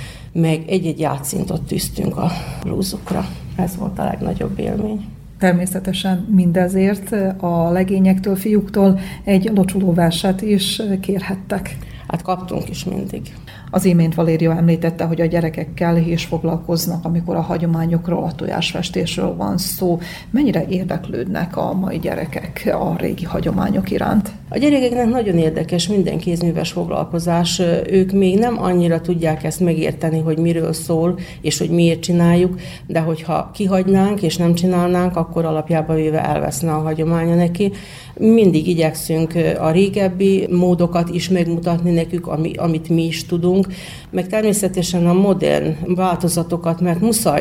meg egy-egy játszintot tűztünk a blúzukra. Ez volt a legnagyobb élmény. Természetesen mindezért a legényektől, fiúktól egy locsolóverset is kérhettek. Hát kaptunk is mindig. Az imént Valéria említette, hogy a gyerekekkel is foglalkoznak, amikor a hagyományokról, a tojásfestésről van szó. Mennyire érdeklődnek a mai gyerekek a régi hagyományok iránt? A gyerekeknek nagyon érdekes minden kézműves foglalkozás. Ők még nem annyira tudják ezt megérteni, hogy miről szól, és hogy miért csináljuk, de hogyha kihagynánk és nem csinálnánk, akkor alapjában véve elveszne a hagyománya neki. Mindig igyekszünk a régebbi módokat is megmutatni nekük, ami, amit mi is tudunk, meg természetesen a modern változatokat, mert muszáj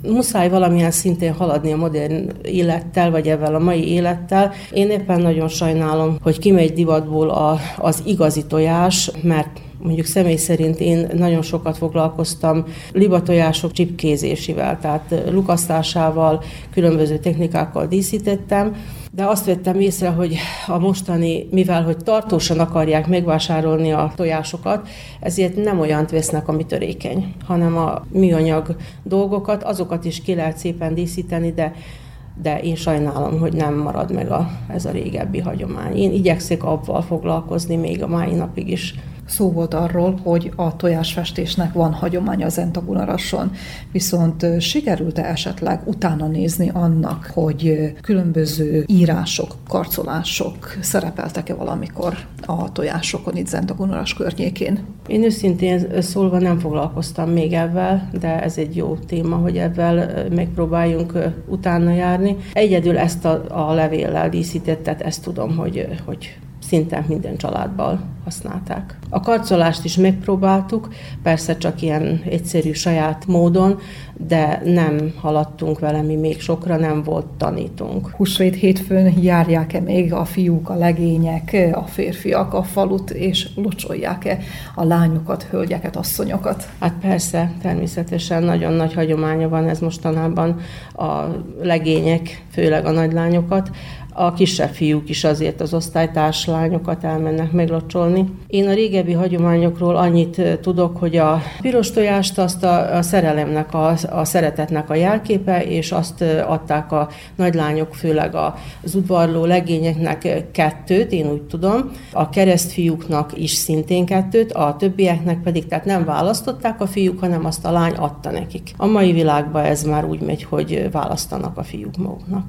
Muszáj valamilyen szintén haladni a modern élettel, vagy ezzel a mai élettel. Én éppen nagyon sajnálom, hogy kimegy divatból a, az igazi tojás, mert mondjuk személy szerint én nagyon sokat foglalkoztam libatojások csipkézésével, tehát lukasztásával, különböző technikákkal díszítettem, de azt vettem észre, hogy a mostani, mivel hogy tartósan akarják megvásárolni a tojásokat, ezért nem olyant vesznek, ami törékeny, hanem a műanyag dolgokat, azokat is ki lehet szépen díszíteni, de de én sajnálom, hogy nem marad meg a, ez a régebbi hagyomány. Én igyekszek avval foglalkozni még a mai napig is. Szó volt arról, hogy a tojásfestésnek van hagyománya Zentagunarason, viszont sikerült-e esetleg utána nézni annak, hogy különböző írások, karcolások szerepeltek-e valamikor a tojásokon itt Zentagunaras környékén? Én őszintén szólva nem foglalkoztam még ebben, de ez egy jó téma, hogy ebben megpróbáljunk utána járni. Egyedül ezt a, a levéllel díszítettet, ezt tudom, hogy, hogy szinte minden családban használták. A karcolást is megpróbáltuk, persze csak ilyen egyszerű saját módon, de nem haladtunk vele mi még sokra, nem volt tanítunk. Húsvét hétfőn járják-e még a fiúk, a legények, a férfiak a falut, és locsolják-e a lányokat, hölgyeket, asszonyokat? Hát persze, természetesen nagyon nagy hagyománya van ez mostanában a legények, főleg a nagylányokat. A kisebb fiúk is azért az osztálytárs lányokat elmennek meglocsolni. Én a régebbi hagyományokról annyit tudok, hogy a piros tojást azt a, a szerelemnek, a, a szeretetnek a jelképe, és azt adták a nagylányok, főleg az udvarló legényeknek kettőt, én úgy tudom, a keresztfiúknak is szintén kettőt, a többieknek pedig, tehát nem választották a fiúk, hanem azt a lány adta nekik. A mai világban ez már úgy megy, hogy választanak a fiúk maguknak.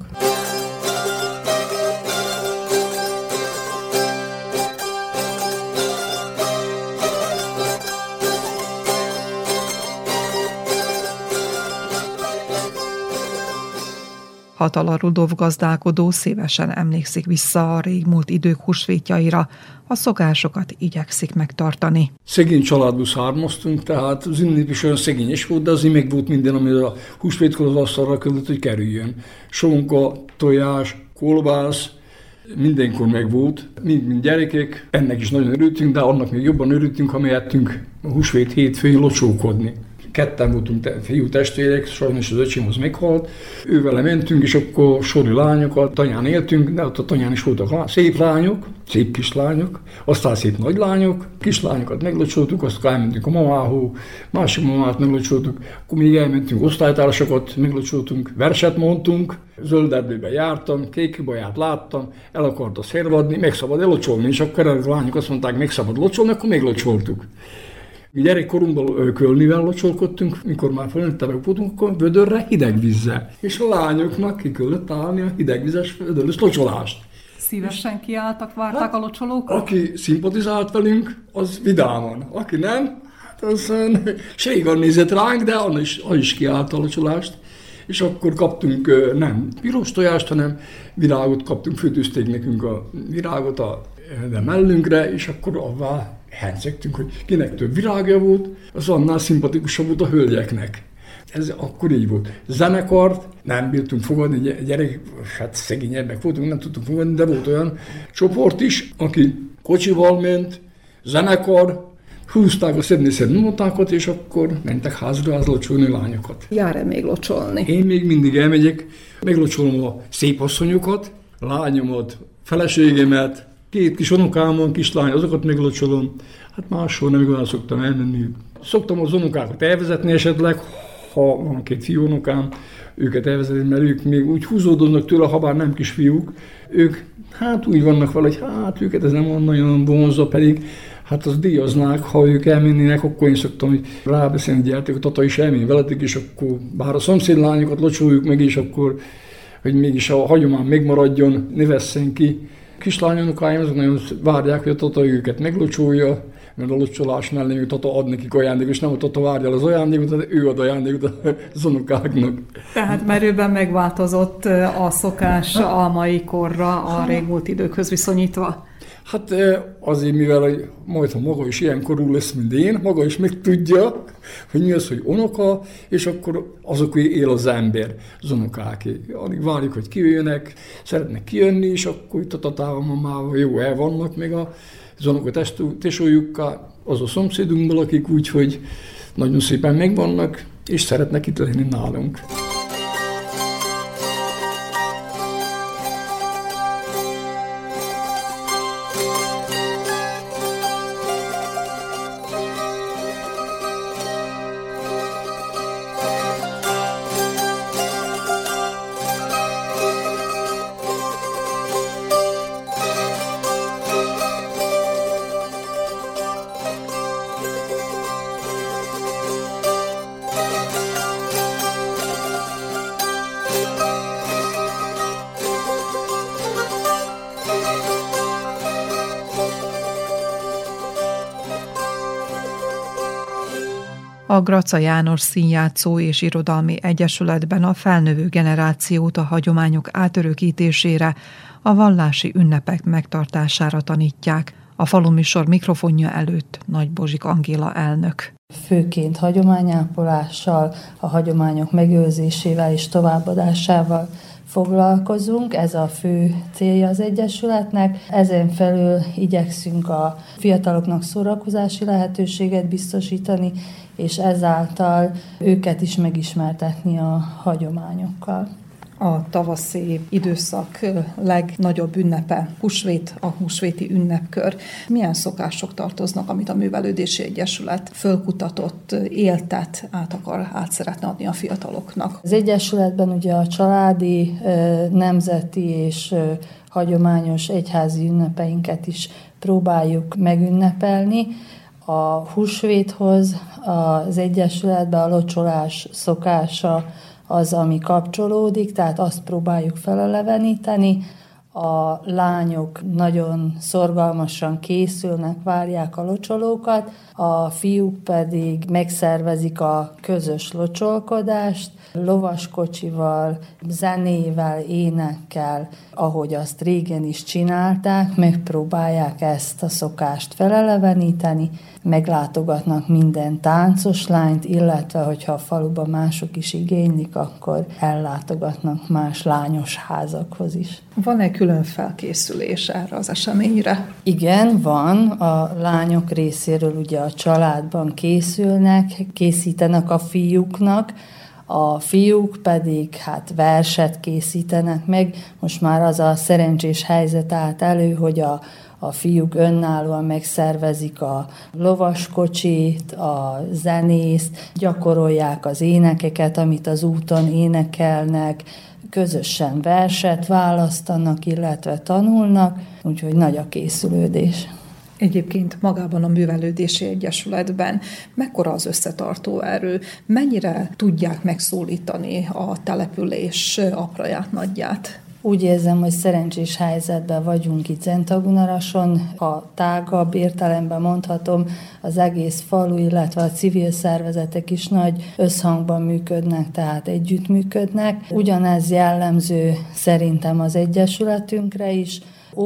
Hatala Rudolf gazdálkodó szívesen emlékszik vissza a régmúlt idők húsvétjaira, a szokásokat igyekszik megtartani. Szegény családból származtunk, tehát az ünnep is olyan szegényes volt, de azért meg volt minden, ami a húsvétkor az asztalra kellett, hogy kerüljön. Sonka, tojás, kolbász, mindenkor meg volt, mind, mind gyerekek, ennek is nagyon örültünk, de annak még jobban örültünk, ha mehettünk a húsvét hétfőn locsókodni. Ketten voltunk fiú testvérek, sajnos az öcsém az meghalt. Ővele mentünk, és akkor sori lányokat, tanyán éltünk, de ott a tanyán is voltak szép lányok, szép kislányok, aztán szép nagy lányok, kislányokat meglocsoltuk, aztán elmentünk a mamához, másik mamát meglocsoltuk, akkor még elmentünk osztálytársakat, meglocsoltunk, verset mondtunk, zöld erdőben jártam, kék baját láttam, el akarta szervadni, meg szabad elocsolni, és akkor a lányok azt mondták, meg szabad locsolni, akkor meglocsoltuk. Mi gyerekkorunkban kölnivel locsolkodtunk, mikor már felnőttebbek voltunk, akkor vödörre hideg vízzel. És a lányoknak ki kellett állni a hidegvizes vödörös locsolást. Szívesen kiálltak, várták hát, a locsolókat? Aki szimpatizált velünk, az vidáman. Aki nem, hát az ségan nézett ránk, de az is, az is kiállt a locsolást. És akkor kaptunk nem piros tojást, hanem virágot kaptunk, főtőzték nekünk a virágot a de mellünkre, és akkor avvá hercegtünk, hogy kinek több virágja volt, az annál szimpatikusabb volt a hölgyeknek. Ez akkor így volt. Zenekart nem bírtunk fogadni, gyerek, hát szegényebbek voltunk, nem tudtunk fogadni, de volt olyan csoport is, aki kocsival ment, zenekar, húzták a szedni-szedni notákat, és akkor mentek házra az locsolni lányokat. Jár-e még locsolni? Én még mindig elmegyek, meglocsolom a szép asszonyokat, lányomat, feleségemet, két kis unokámon, kislány, azokat meglocsolom. Hát máshol nem igazán szoktam elmenni. Szoktam az unokákat elvezetni esetleg, ha van két fiú unokám, őket elvezetni, mert ők még úgy húzódnak tőle, ha bár nem kisfiúk. Ők hát úgy vannak vele, hogy hát őket ez nem nagyon vonzza, pedig hát az díjaznák, ha ők elmennének, akkor én szoktam hogy rábeszélni, gyertek, a tata is elmenj veletek, és akkor bár a szomszédlányokat locsoljuk meg, és akkor, hogy mégis a hagyomány megmaradjon, ne vesszen ki. Kislányonokáim azok nagyon várják, hogy a tata őket meglocsolja, mert a locsolás mellé a tata ad nekik ajándékot, és nem a tata várja az ajándékot, de ő ad ajándékot az unokáknak. Tehát merőben megváltozott a szokás a mai korra, a régmúlt időkhöz viszonyítva? Hát azért, mivel majd, ha maga is ilyen korú lesz, mint én, maga is megtudja, hogy mi az, hogy unoka, és akkor azok él az ember, az unokáké. Addig várjuk, hogy kijöjjenek, szeretnek kijönni, és akkor itt a tatával, mamával jó el vannak, még az unoka tesójukkal, az a szomszédunkból, akik úgy, hogy nagyon szépen megvannak, és szeretnek itt lenni nálunk. A Graca János Színjátszó és Irodalmi Egyesületben a felnövő generációt a hagyományok átörökítésére, a vallási ünnepek megtartására tanítják. A faluműsor mikrofonja előtt Nagy Bozsik Angéla elnök. Főként hagyományápolással, a hagyományok megőrzésével és továbbadásával foglalkozunk, ez a fő célja az Egyesületnek. Ezen felül igyekszünk a fiataloknak szórakozási lehetőséget biztosítani, és ezáltal őket is megismertetni a hagyományokkal. A tavaszi időszak legnagyobb ünnepe, húsvét, a húsvéti ünnepkör. Milyen szokások tartoznak, amit a Művelődési Egyesület fölkutatott, éltet, át akar, át szeretne adni a fiataloknak? Az Egyesületben ugye a családi, nemzeti és hagyományos egyházi ünnepeinket is próbáljuk megünnepelni. A húsvéthoz az Egyesületben a locsolás szokása az, ami kapcsolódik, tehát azt próbáljuk feleleveníteni. A lányok nagyon szorgalmasan készülnek, várják a locsolókat, a fiúk pedig megszervezik a közös locsolkodást, lovaskocsival, zenével, énekkel, ahogy azt régen is csinálták, megpróbálják ezt a szokást feleleveníteni, meglátogatnak minden táncos lányt, illetve hogyha a faluban mások is igénylik, akkor ellátogatnak más lányos házakhoz is. Van-e külön felkészülés erre az eseményre? Igen, van. A lányok részéről ugye a családban készülnek, készítenek a fiúknak, a fiúk pedig hát verset készítenek meg. Most már az a szerencsés helyzet állt elő, hogy a A fiúk önállóan megszervezik a lovaskocsit, a zenészt, gyakorolják az énekeket, amit az úton énekelnek, közösen verset választanak, illetve tanulnak, úgyhogy nagy a készülődés. Egyébként magában a Művelődési Egyesületben mekkora az összetartó erő, mennyire tudják megszólítani a település apraját, nagyját? Úgy érzem, hogy szerencsés helyzetben vagyunk itt Zentagunarason. A tágabb értelemben mondhatom, az egész falu, illetve a civil szervezetek is nagy összhangban működnek, tehát együttműködnek. Ugyanez jellemző szerintem az Egyesületünkre is.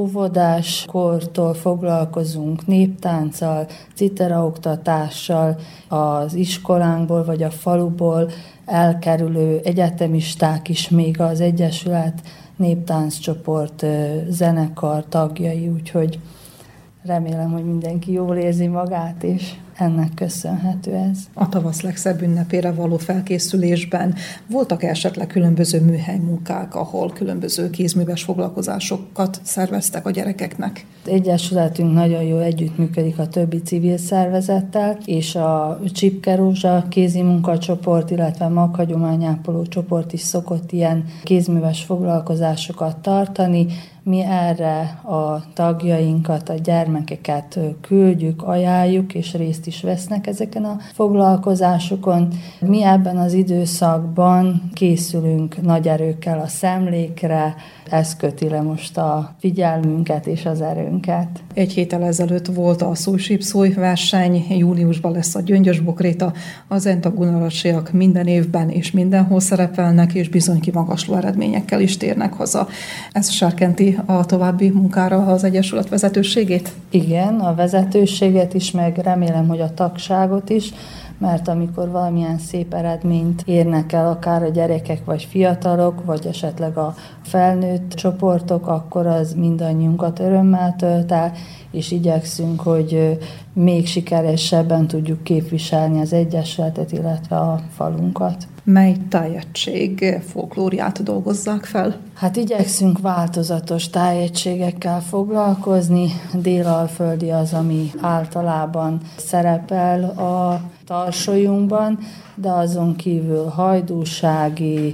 Óvodás kortól foglalkozunk néptánccal, citeraoktatással, az iskolánkból vagy a faluból elkerülő egyetemisták is még az Egyesület néptánccsoport, zenekar tagjai, úgyhogy remélem, hogy mindenki jól érzi magát, és ennek köszönhető ez. A tavasz legszebb ünnepére való felkészülésben voltak esetleg különböző műhelymunkák, ahol különböző kézműves foglalkozásokat szerveztek a gyerekeknek? Egyesületünk nagyon jól együttműködik a többi civil szervezettel, és a Csipke Rózsa kézi munkacsoport, illetve maghagyományápoló csoport is szokott ilyen kézműves foglalkozásokat tartani. Mi erre a tagjainkat, a gyermekeket küldjük, ajánljuk, és részt is is vesznek ezeken a foglalkozásokon. Mi ebben az időszakban készülünk nagy erőkkel a szemlékre, ez köti le most a figyelmünket és az erőnket. Egy héttel ezelőtt volt a Szújsípszúj verseny, júniusban lesz a Gyöngyös-Bokréta, az entagunarasiak minden évben és mindenhol szerepelnek, és bizony kimagasló eredményekkel is térnek haza. Ez serkenti a további munkára az Egyesület vezetőségét? Igen, a vezetőséget is, meg remélem, hogy a tagságot is, mert amikor valamilyen szép eredményt érnek el, akár a gyerekek, vagy fiatalok, vagy esetleg a felnőtt csoportok, akkor az mindannyiunkat örömmel tölt el, és igyekszünk, hogy még sikeresebben tudjuk képviselni az Egyesületet, illetve a falunkat. Mely tájegység folklóriát dolgozzák fel? Hát igyekszünk változatos tájegységekkel foglalkozni. Délalföldi az, ami általában szerepel a tarsolyunkban, de azon kívül hajdúsági,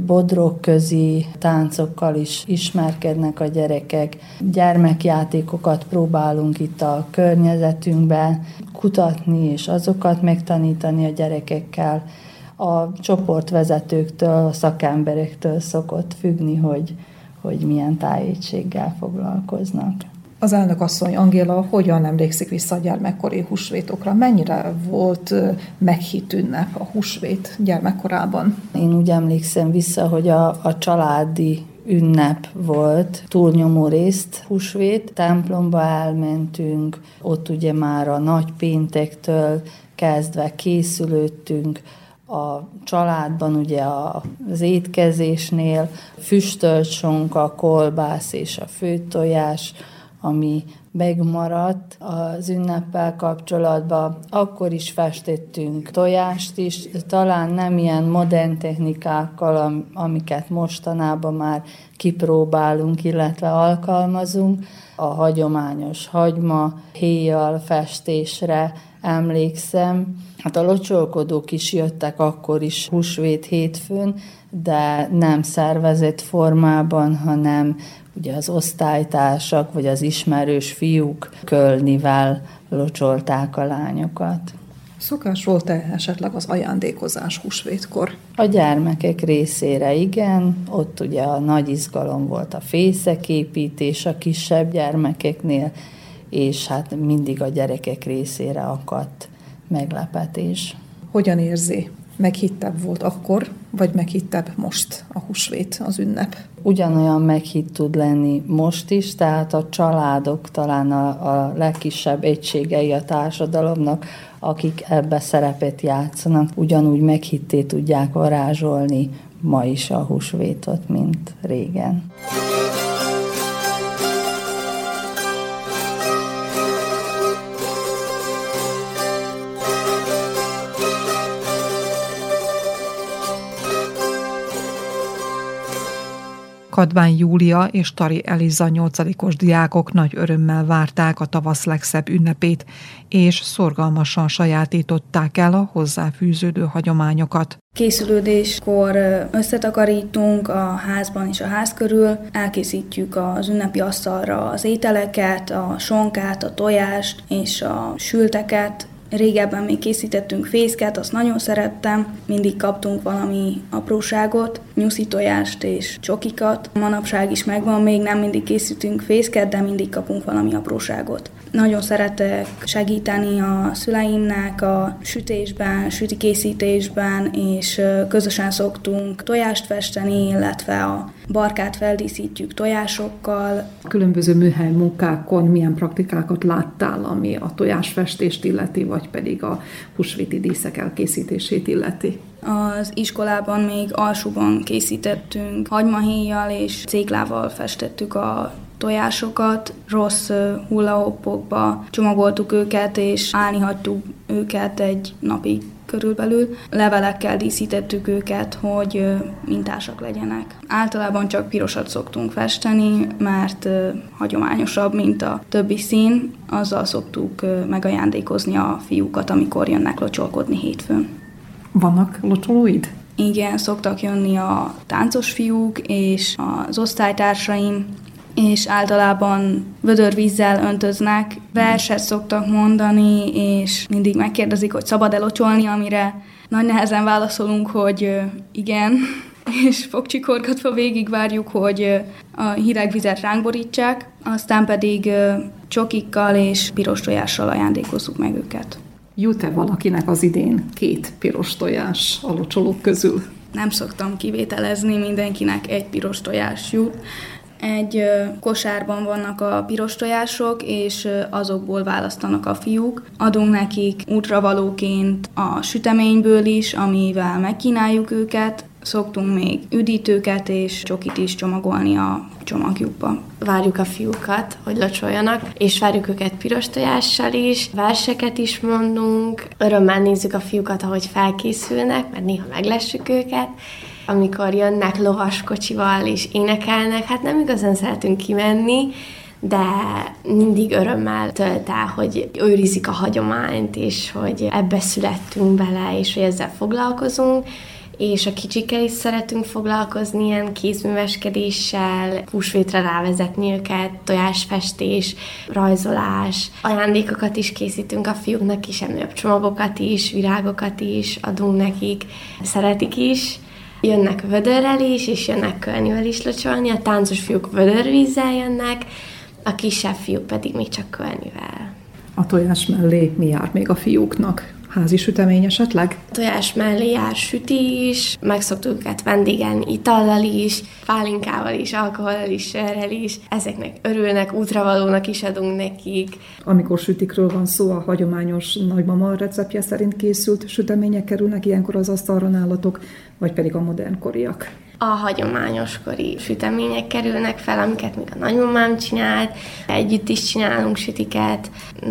bodrogközi táncokkal is ismerkednek a gyerekek. Gyermekjátékokat próbálunk itt a környezetünkben kutatni, és azokat megtanítani a gyerekekkel. A csoportvezetőktől, a szakemberektől szokott függni, hogy, hogy milyen tájegységgel foglalkoznak. Az elnök asszony, Angéla, hogyan emlékszik vissza a gyermekkori húsvétokra? Mennyire volt meghitt ünnep a húsvét gyermekkorában? Én úgy emlékszem vissza, hogy a, a családi ünnep volt, túlnyomó részt húsvét. Templomba elmentünk, ott ugye már a nagy péntektől kezdve készülődtünk, a családban ugye az étkezésnél füstölt sonka, kolbász és a főtojás, ami megmaradt az ünneppel kapcsolatban. Akkor is festettünk tojást is, talán nem ilyen modern technikákkal, amiket mostanában már kipróbálunk, illetve alkalmazunk. A hagyományos hagyma héjjal festésre emlékszem. Hát a locsolkodók is jöttek akkor is húsvét hétfőn, de nem szervezett formában, hanem ugye az osztálytársak vagy az ismerős fiúk kölnivel locsolták a lányokat. Szokás volt-e esetleg az ajándékozás húsvétkor? A gyermekek részére igen, ott ugye a nagy izgalom volt a fészeképítés a kisebb gyermekeknél, és hát mindig a gyerekek részére akadt meglepetés. Hogyan érzi? Meghittebb volt akkor, vagy meghittebb most a húsvét, az ünnep? Ugyanolyan meghitt tud lenni most is, tehát a családok talán a, a legkisebb egységei a társadalomnak, akik ebbe szerepet játszanak, ugyanúgy meghitté tudják varázsolni ma is a húsvétot, mint régen. Kadvány Júlia és Tari Eliza nyolcadikos diákok nagy örömmel várták a tavasz legszebb ünnepét, és szorgalmasan sajátították el a hozzáfűződő hagyományokat. Készülődéskor összetakarítunk a házban és a ház körül, elkészítjük az ünnepi asztalra az ételeket, a sonkát, a tojást és a sülteket. Régebben még készítettünk fészket, azt nagyon szerettem, mindig kaptunk valami apróságot, nyuszi tojást és csokikat. Manapság is megvan, még nem mindig készítünk fészket, de mindig kapunk valami apróságot. Nagyon szeretek segíteni a szüleimnek a sütésben, sütikészítésben, és közösen szoktunk tojást festeni, illetve a barkát feldíszítjük tojásokkal. Különböző műhely munkákon milyen praktikákat láttál, ami a tojásfestést illeti, vagy pedig a húsvéti díszek elkészítését illeti? Az iskolában még alsóban készítettünk hagymahéjjal és céklával festettük a tojásokat, rossz hullahoppokba csomagoltuk őket, és állni hagytuk őket egy napig körülbelül. Levelekkel díszítettük őket, hogy mintásak legyenek. Általában csak pirosat szoktunk festeni, mert hagyományosabb, mint a többi szín. Azzal szoktuk megajándékozni a fiúkat, amikor jönnek locsolkodni hétfőn. Vannak locsolóid? Igen, szoktak jönni a táncos fiúk és az osztálytársaim. és általában vödörvízzel öntöznek. Verset szoktak mondani, és mindig megkérdezik, hogy szabad-e locsolni, amire nagy nehezen válaszolunk, hogy igen, és fogcsikorgatva végigvárjuk, hogy a hideg vizet ránk borítsák, aztán pedig csokikkal és piros tojással ajándékozzuk meg őket. Jut-e valakinek az idén két piros tojás a locsolók közül? Nem szoktam kivételezni, mindenkinek egy piros tojás jut. Egy kosárban vannak a piros tojások, és azokból választanak a fiúk. Adunk nekik útravalóként a süteményből is, amivel megkínáljuk őket. Szoktunk még üdítőket és csokit is csomagolni a csomagjukba. Várjuk a fiúkat, hogy locsoljanak, és várjuk őket piros tojással is, verseket is mondunk. Örömmel nézzük a fiúkat, ahogy felkészülnek, mert néha meglessük őket. Amikor jönnek lovaskocsival és énekelnek, hát nem igazán szeretünk kimenni, de mindig örömmel tölt el, hogy őrizik a hagyományt, és hogy ebbe születtünk bele, és hogy ezzel foglalkozunk. És a kicsikkel is szeretünk foglalkozni ilyen kézműveskedéssel, húsvétre rávezetni őket, tojásfestés, rajzolás, ajándékokat is készítünk a fiúknak, kisebb-nagyobb csomagokat is, virágokat is adunk nekik, szeretik is. Jönnek vödörrel is, és jönnek kölnivel is locsolni, a táncos fiúk vödörvízzel jönnek, a kisebb fiúk pedig még csak kölnivel. A tojás mellé mi jár még a fiúknak? Házi sütemény esetleg? Tojás mellé jár süti is, meg szoktuk őket vendégelni itallal is, pálinkával is, alkohollal is, sörrel is. Ezeknek örülnek, útravalónak is adunk nekik. Amikor sütikről van szó, a hagyományos nagymama receptje szerint készült sütemények kerülnek ilyenkor az asztalra nálatok, vagy pedig a modernkoriak? A hagyományoskori sütemények kerülnek fel, amiket még a nagymamám csinált. Együtt is csinálunk sütiket,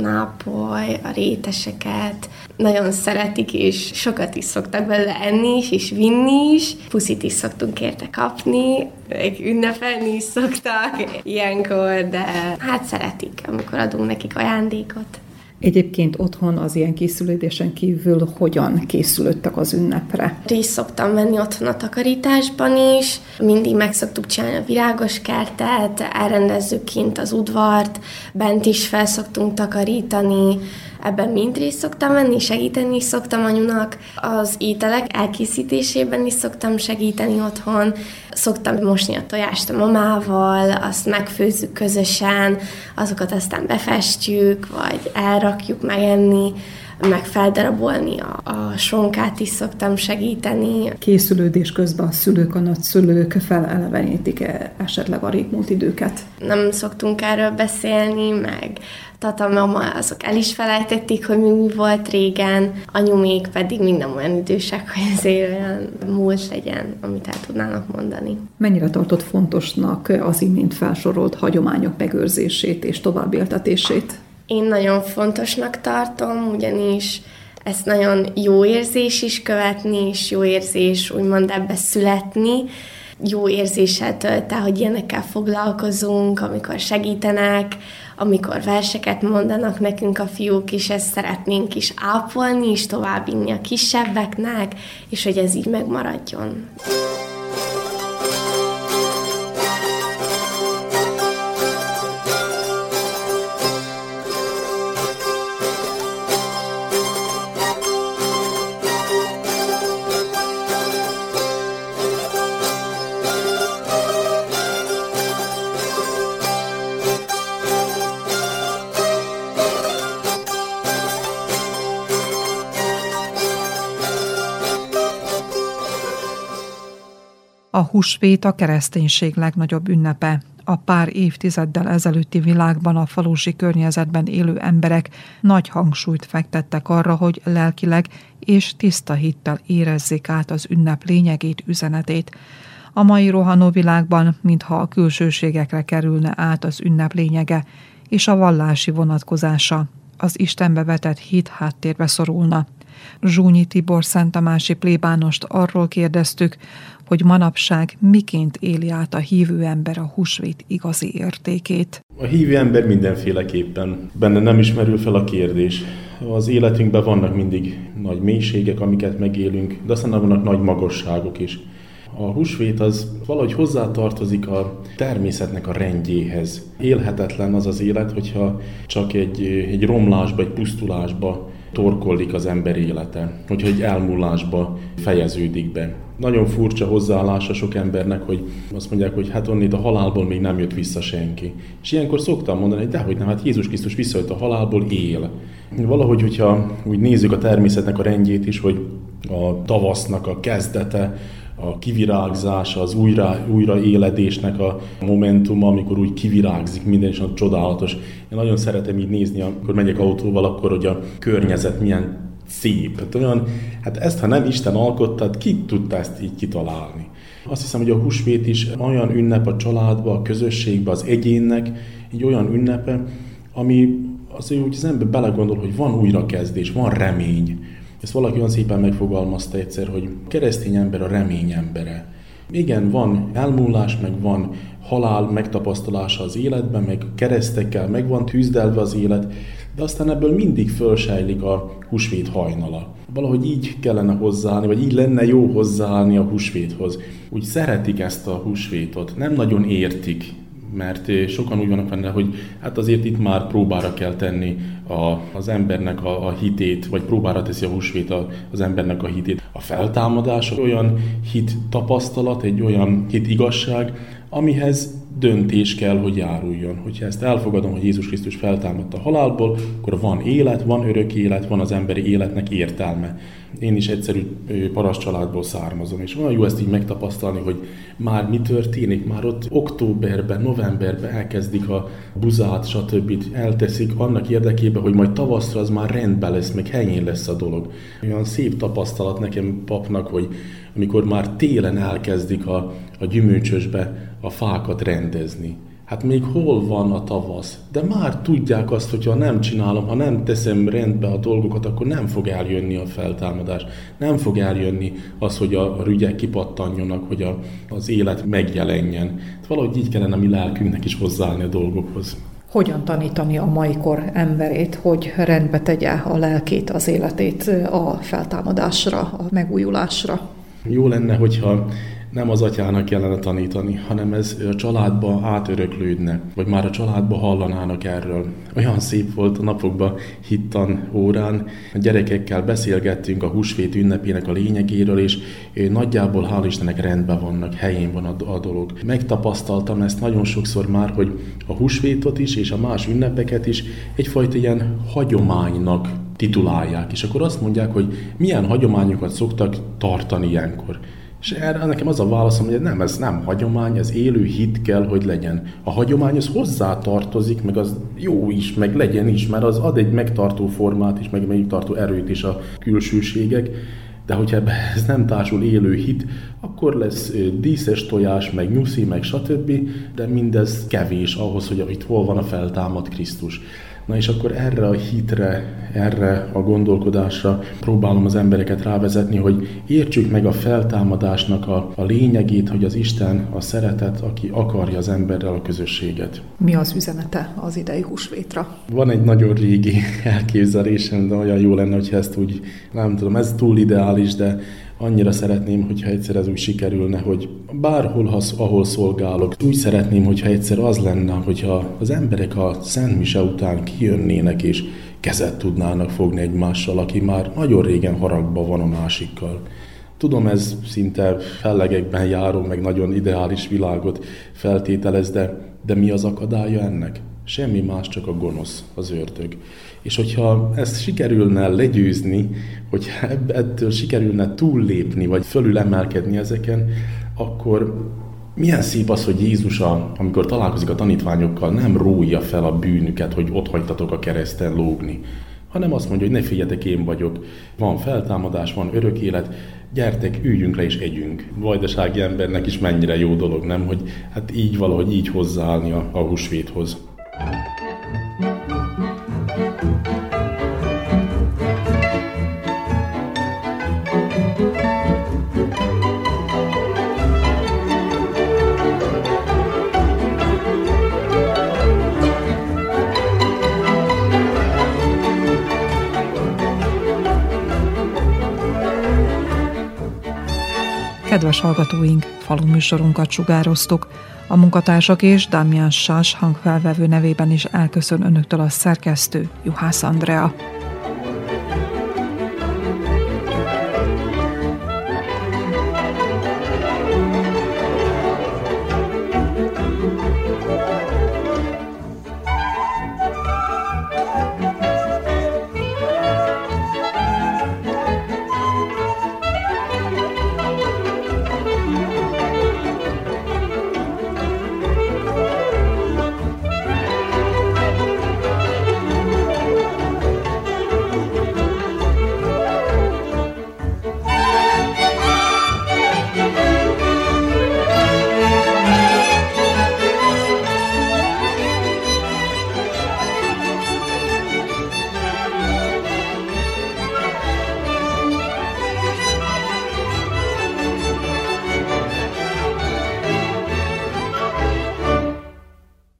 nápoly, a réteseket. Nagyon szeretik, és sokat is szoktak belőle enni is, és vinni is. Puszit is szoktunk érte kapni, ünnepelni is szoktak ilyenkor, de hát szeretik, amikor adunk nekik ajándékot. Egyébként otthon az ilyen készülődésen kívül hogyan készülöttek az ünnepre? Részt szoktam venni otthon a takarításban is, mindig meg szoktuk csinálni a virágos kertet, elrendezzük kint az udvart, bent is fel szoktunk takarítani, ebben mind részt szoktam venni, segíteni is szoktam anyunak. Az ételek elkészítésében is szoktam segíteni otthon. Szoktam mosni a tojást a mamával, azt megfőzzük közösen, azokat aztán befestjük, vagy elrakjuk megenni, meg feldarabolni a, a sonkát is szoktam segíteni. Készülődés közben a szülők, a nagyszülők felelevenítik esetleg a régmúlt időket? Nem szoktunk erről beszélni, meg tata, mama, azok el is felejtették, hogy mi, mi volt régen, anyumék pedig minden olyan idősek, hogy azért olyan múlt legyen, amit el tudnának mondani. Mennyire tartott fontosnak az imént felsorolt hagyományok megőrzését és továbbéltetését? Én nagyon fontosnak tartom, ugyanis ezt nagyon jó érzés is követni, és jó érzés úgymond ebbe születni. Jó érzéssel tölt el, hogy ilyenekkel foglalkozunk, amikor segítenek, amikor verseket mondanak nekünk a fiúk, és ezt szeretnénk is ápolni, és továbbvinni a kisebbeknek, és hogy ez így megmaradjon. A húsvét a kereszténység legnagyobb ünnepe. A pár évtizeddel ezelőtti világban a falusi környezetben élő emberek nagy hangsúlyt fektettek arra, hogy lelkileg és tiszta hittel érezzék át az ünnep lényegét, üzenetét. A mai rohanó világban, mintha a külsőségekre kerülne át az ünnep lényege, és a vallási vonatkozása, az Istenbe vetett hit háttérbe szorulna. Zsúnyi Tibor szenttamási plébánost arról kérdeztük, hogy manapság miként éli át a hívő ember a húsvét igazi értékét. A hívő ember mindenféleképpen. Benne nem is merül fel a kérdés. Az életünkben vannak mindig nagy mélységek, amiket megélünk, de aztán vannak nagy magasságok is. A húsvét az valahogy hozzátartozik a természetnek a rendjéhez. Élhetetlen az az élet, hogyha csak egy, egy romlásba, egy pusztulásba torkollik az ember élete, hogyha egy elmúlásba fejeződik be. Nagyon furcsa hozzáállása sok embernek, hogy azt mondják, hogy hát onnét a halálból még nem jött vissza senki. És ilyenkor szoktam mondani, hogy dehogy nem, hát Jézus Krisztus visszajött a halálból, él. Valahogy, hogyha úgy nézzük a természetnek a rendjét is, hogy a tavasznak a kezdete, a kivirágzás, az újra, újraéledésnek a momentuma, amikor úgy kivirágzik minden, és az csodálatos. Én nagyon szeretem így nézni, amikor megyek autóval, akkor, hogy a környezet milyen szép. Hát, olyan, hát ezt, ha nem Isten alkotta, ki tudta ezt így kitalálni? Azt hiszem, hogy a húsvét is olyan ünnep a családba, a közösségbe, az egyénnek, egy olyan ünnepe, ami azért úgy az ember belegondol, hogy van újrakezdés, van remény. Ezt valaki olyan szépen megfogalmazta egyszer, hogy keresztény ember a remény embere. Igen, van elmúlás, meg van halál megtapasztalása az életben, meg keresztekkel meg van tűzdelve az élet, de aztán ebből mindig fölsejlik a húsvét hajnala. Valahogy így kellene hozzáállni, vagy így lenne jó hozzáállni a húsvéthoz. Úgy szeretik ezt a húsvétot, nem nagyon értik, mert sokan úgy vannak benne, hogy hát azért itt már próbára kell tenni a, az embernek a, a hitét, vagy próbára teszi a húsvét a, az embernek a hitét. A feltámadás olyan hit tapasztalat, egy olyan hit igazság, amihez döntés kell, hogy járuljon. Hogyha ezt elfogadom, hogy Jézus Krisztus feltámadta a halálból, akkor van élet, van örök élet, van az emberi életnek értelme. Én is egyszerű paraszt családból származom, és olyan jó ezt így megtapasztalni, hogy már mi történik, már ott októberben, novemberben elkezdik a buzát, stb. Elteszik annak érdekében, hogy majd tavaszra az már rendben lesz, meg helyén lesz a dolog. Olyan szép tapasztalat nekem papnak, hogy amikor már télen elkezdik a, a gyümölcsösbe a fákat rendezni. Hát még hol van a tavasz? De már tudják azt, hogy ha nem csinálom, ha nem teszem rendbe a dolgokat, akkor nem fog eljönni a feltámadás. Nem fog eljönni az, hogy a rügyek kipattanjonak, hogy a, az élet megjelenjen. Valahogy így kellene a mi lelkünknek is hozzáállni a dolgokhoz. Hogyan tanítani a mai kor emberét, hogy rendbe tegye a lelkét, az életét a feltámadásra, a megújulásra? Jó lenne, hogyha nem az atyának kellene tanítani, hanem ez a családba átöröklődne, vagy már a családba hallanának erről. Olyan szép volt a napokban hittan órán, a gyerekekkel beszélgettünk a húsvét ünnepének a lényegéről, és nagyjából hál' Istennek rendben vannak, helyén van a, a dolog. Megtapasztaltam ezt nagyon sokszor már, hogy a húsvétot is, és a más ünnepeket is egyfajta ilyen hagyománynak titulálják, és akkor azt mondják, hogy milyen hagyományokat szoktak tartani ilyenkor. És erre nekem az a válaszom, hogy nem, ez nem hagyomány, ez élő hit kell, hogy legyen. A hagyomány az hozzá tartozik, meg az jó is, meg legyen is, mert az ad egy megtartó formát is, meg megtartó erőt is a külsőségek. De hogyha ebben ez nem társul élő hit, akkor lesz díszes tojás, meg nyuszi, meg stb. De mindez kevés ahhoz, hogy itt hol van a feltámadt Krisztus. Na és akkor erre a hitre, erre a gondolkodásra próbálom az embereket rávezetni, hogy értsük meg a feltámadásnak a, a lényegét, hogy az Isten a szeretet, aki akarja az emberrel a közösséget. Mi az üzenete az idei húsvétra? Van egy nagyon régi elképzelésem, de olyan jó lenne, hogyha ezt úgy, nem tudom, ez túl ideális, de annyira szeretném, hogyha egyszer ez úgy sikerülne, hogy bárhol, ahol szolgálok, úgy szeretném, hogyha egyszer az lenne, hogyha az emberek a Szent Mise után kijönnének és kezet tudnának fogni egymással, aki már nagyon régen haragban van a másikkal. Tudom, ez szinte fellegekben járó, meg nagyon ideális világot feltételez, de, de mi az akadálya ennek? Semmi más, csak a gonosz, az ördög. És hogyha ezt sikerülne legyőzni, hogy ettől sikerülne túllépni, vagy fölülemelkedni ezeken, akkor milyen szép az, hogy Jézus, a, amikor találkozik a tanítványokkal, nem rója fel a bűnüket, hogy ott hagytatok a kereszten lógni, hanem azt mondja, hogy ne féljetek, én vagyok, van feltámadás, van örök élet, gyertek, üljünk le és együnk. Vajdasági embernek is mennyire jó dolog, nem? Hogy hát így valahogy így hozzáállni a, a húsvéthoz. Kedves hallgatóink, faluműsorunkat sugároztuk. A munkatársak és Dámián Sás hangfelvevő nevében is elköszön önöktől a szerkesztő, Juhász Andrea.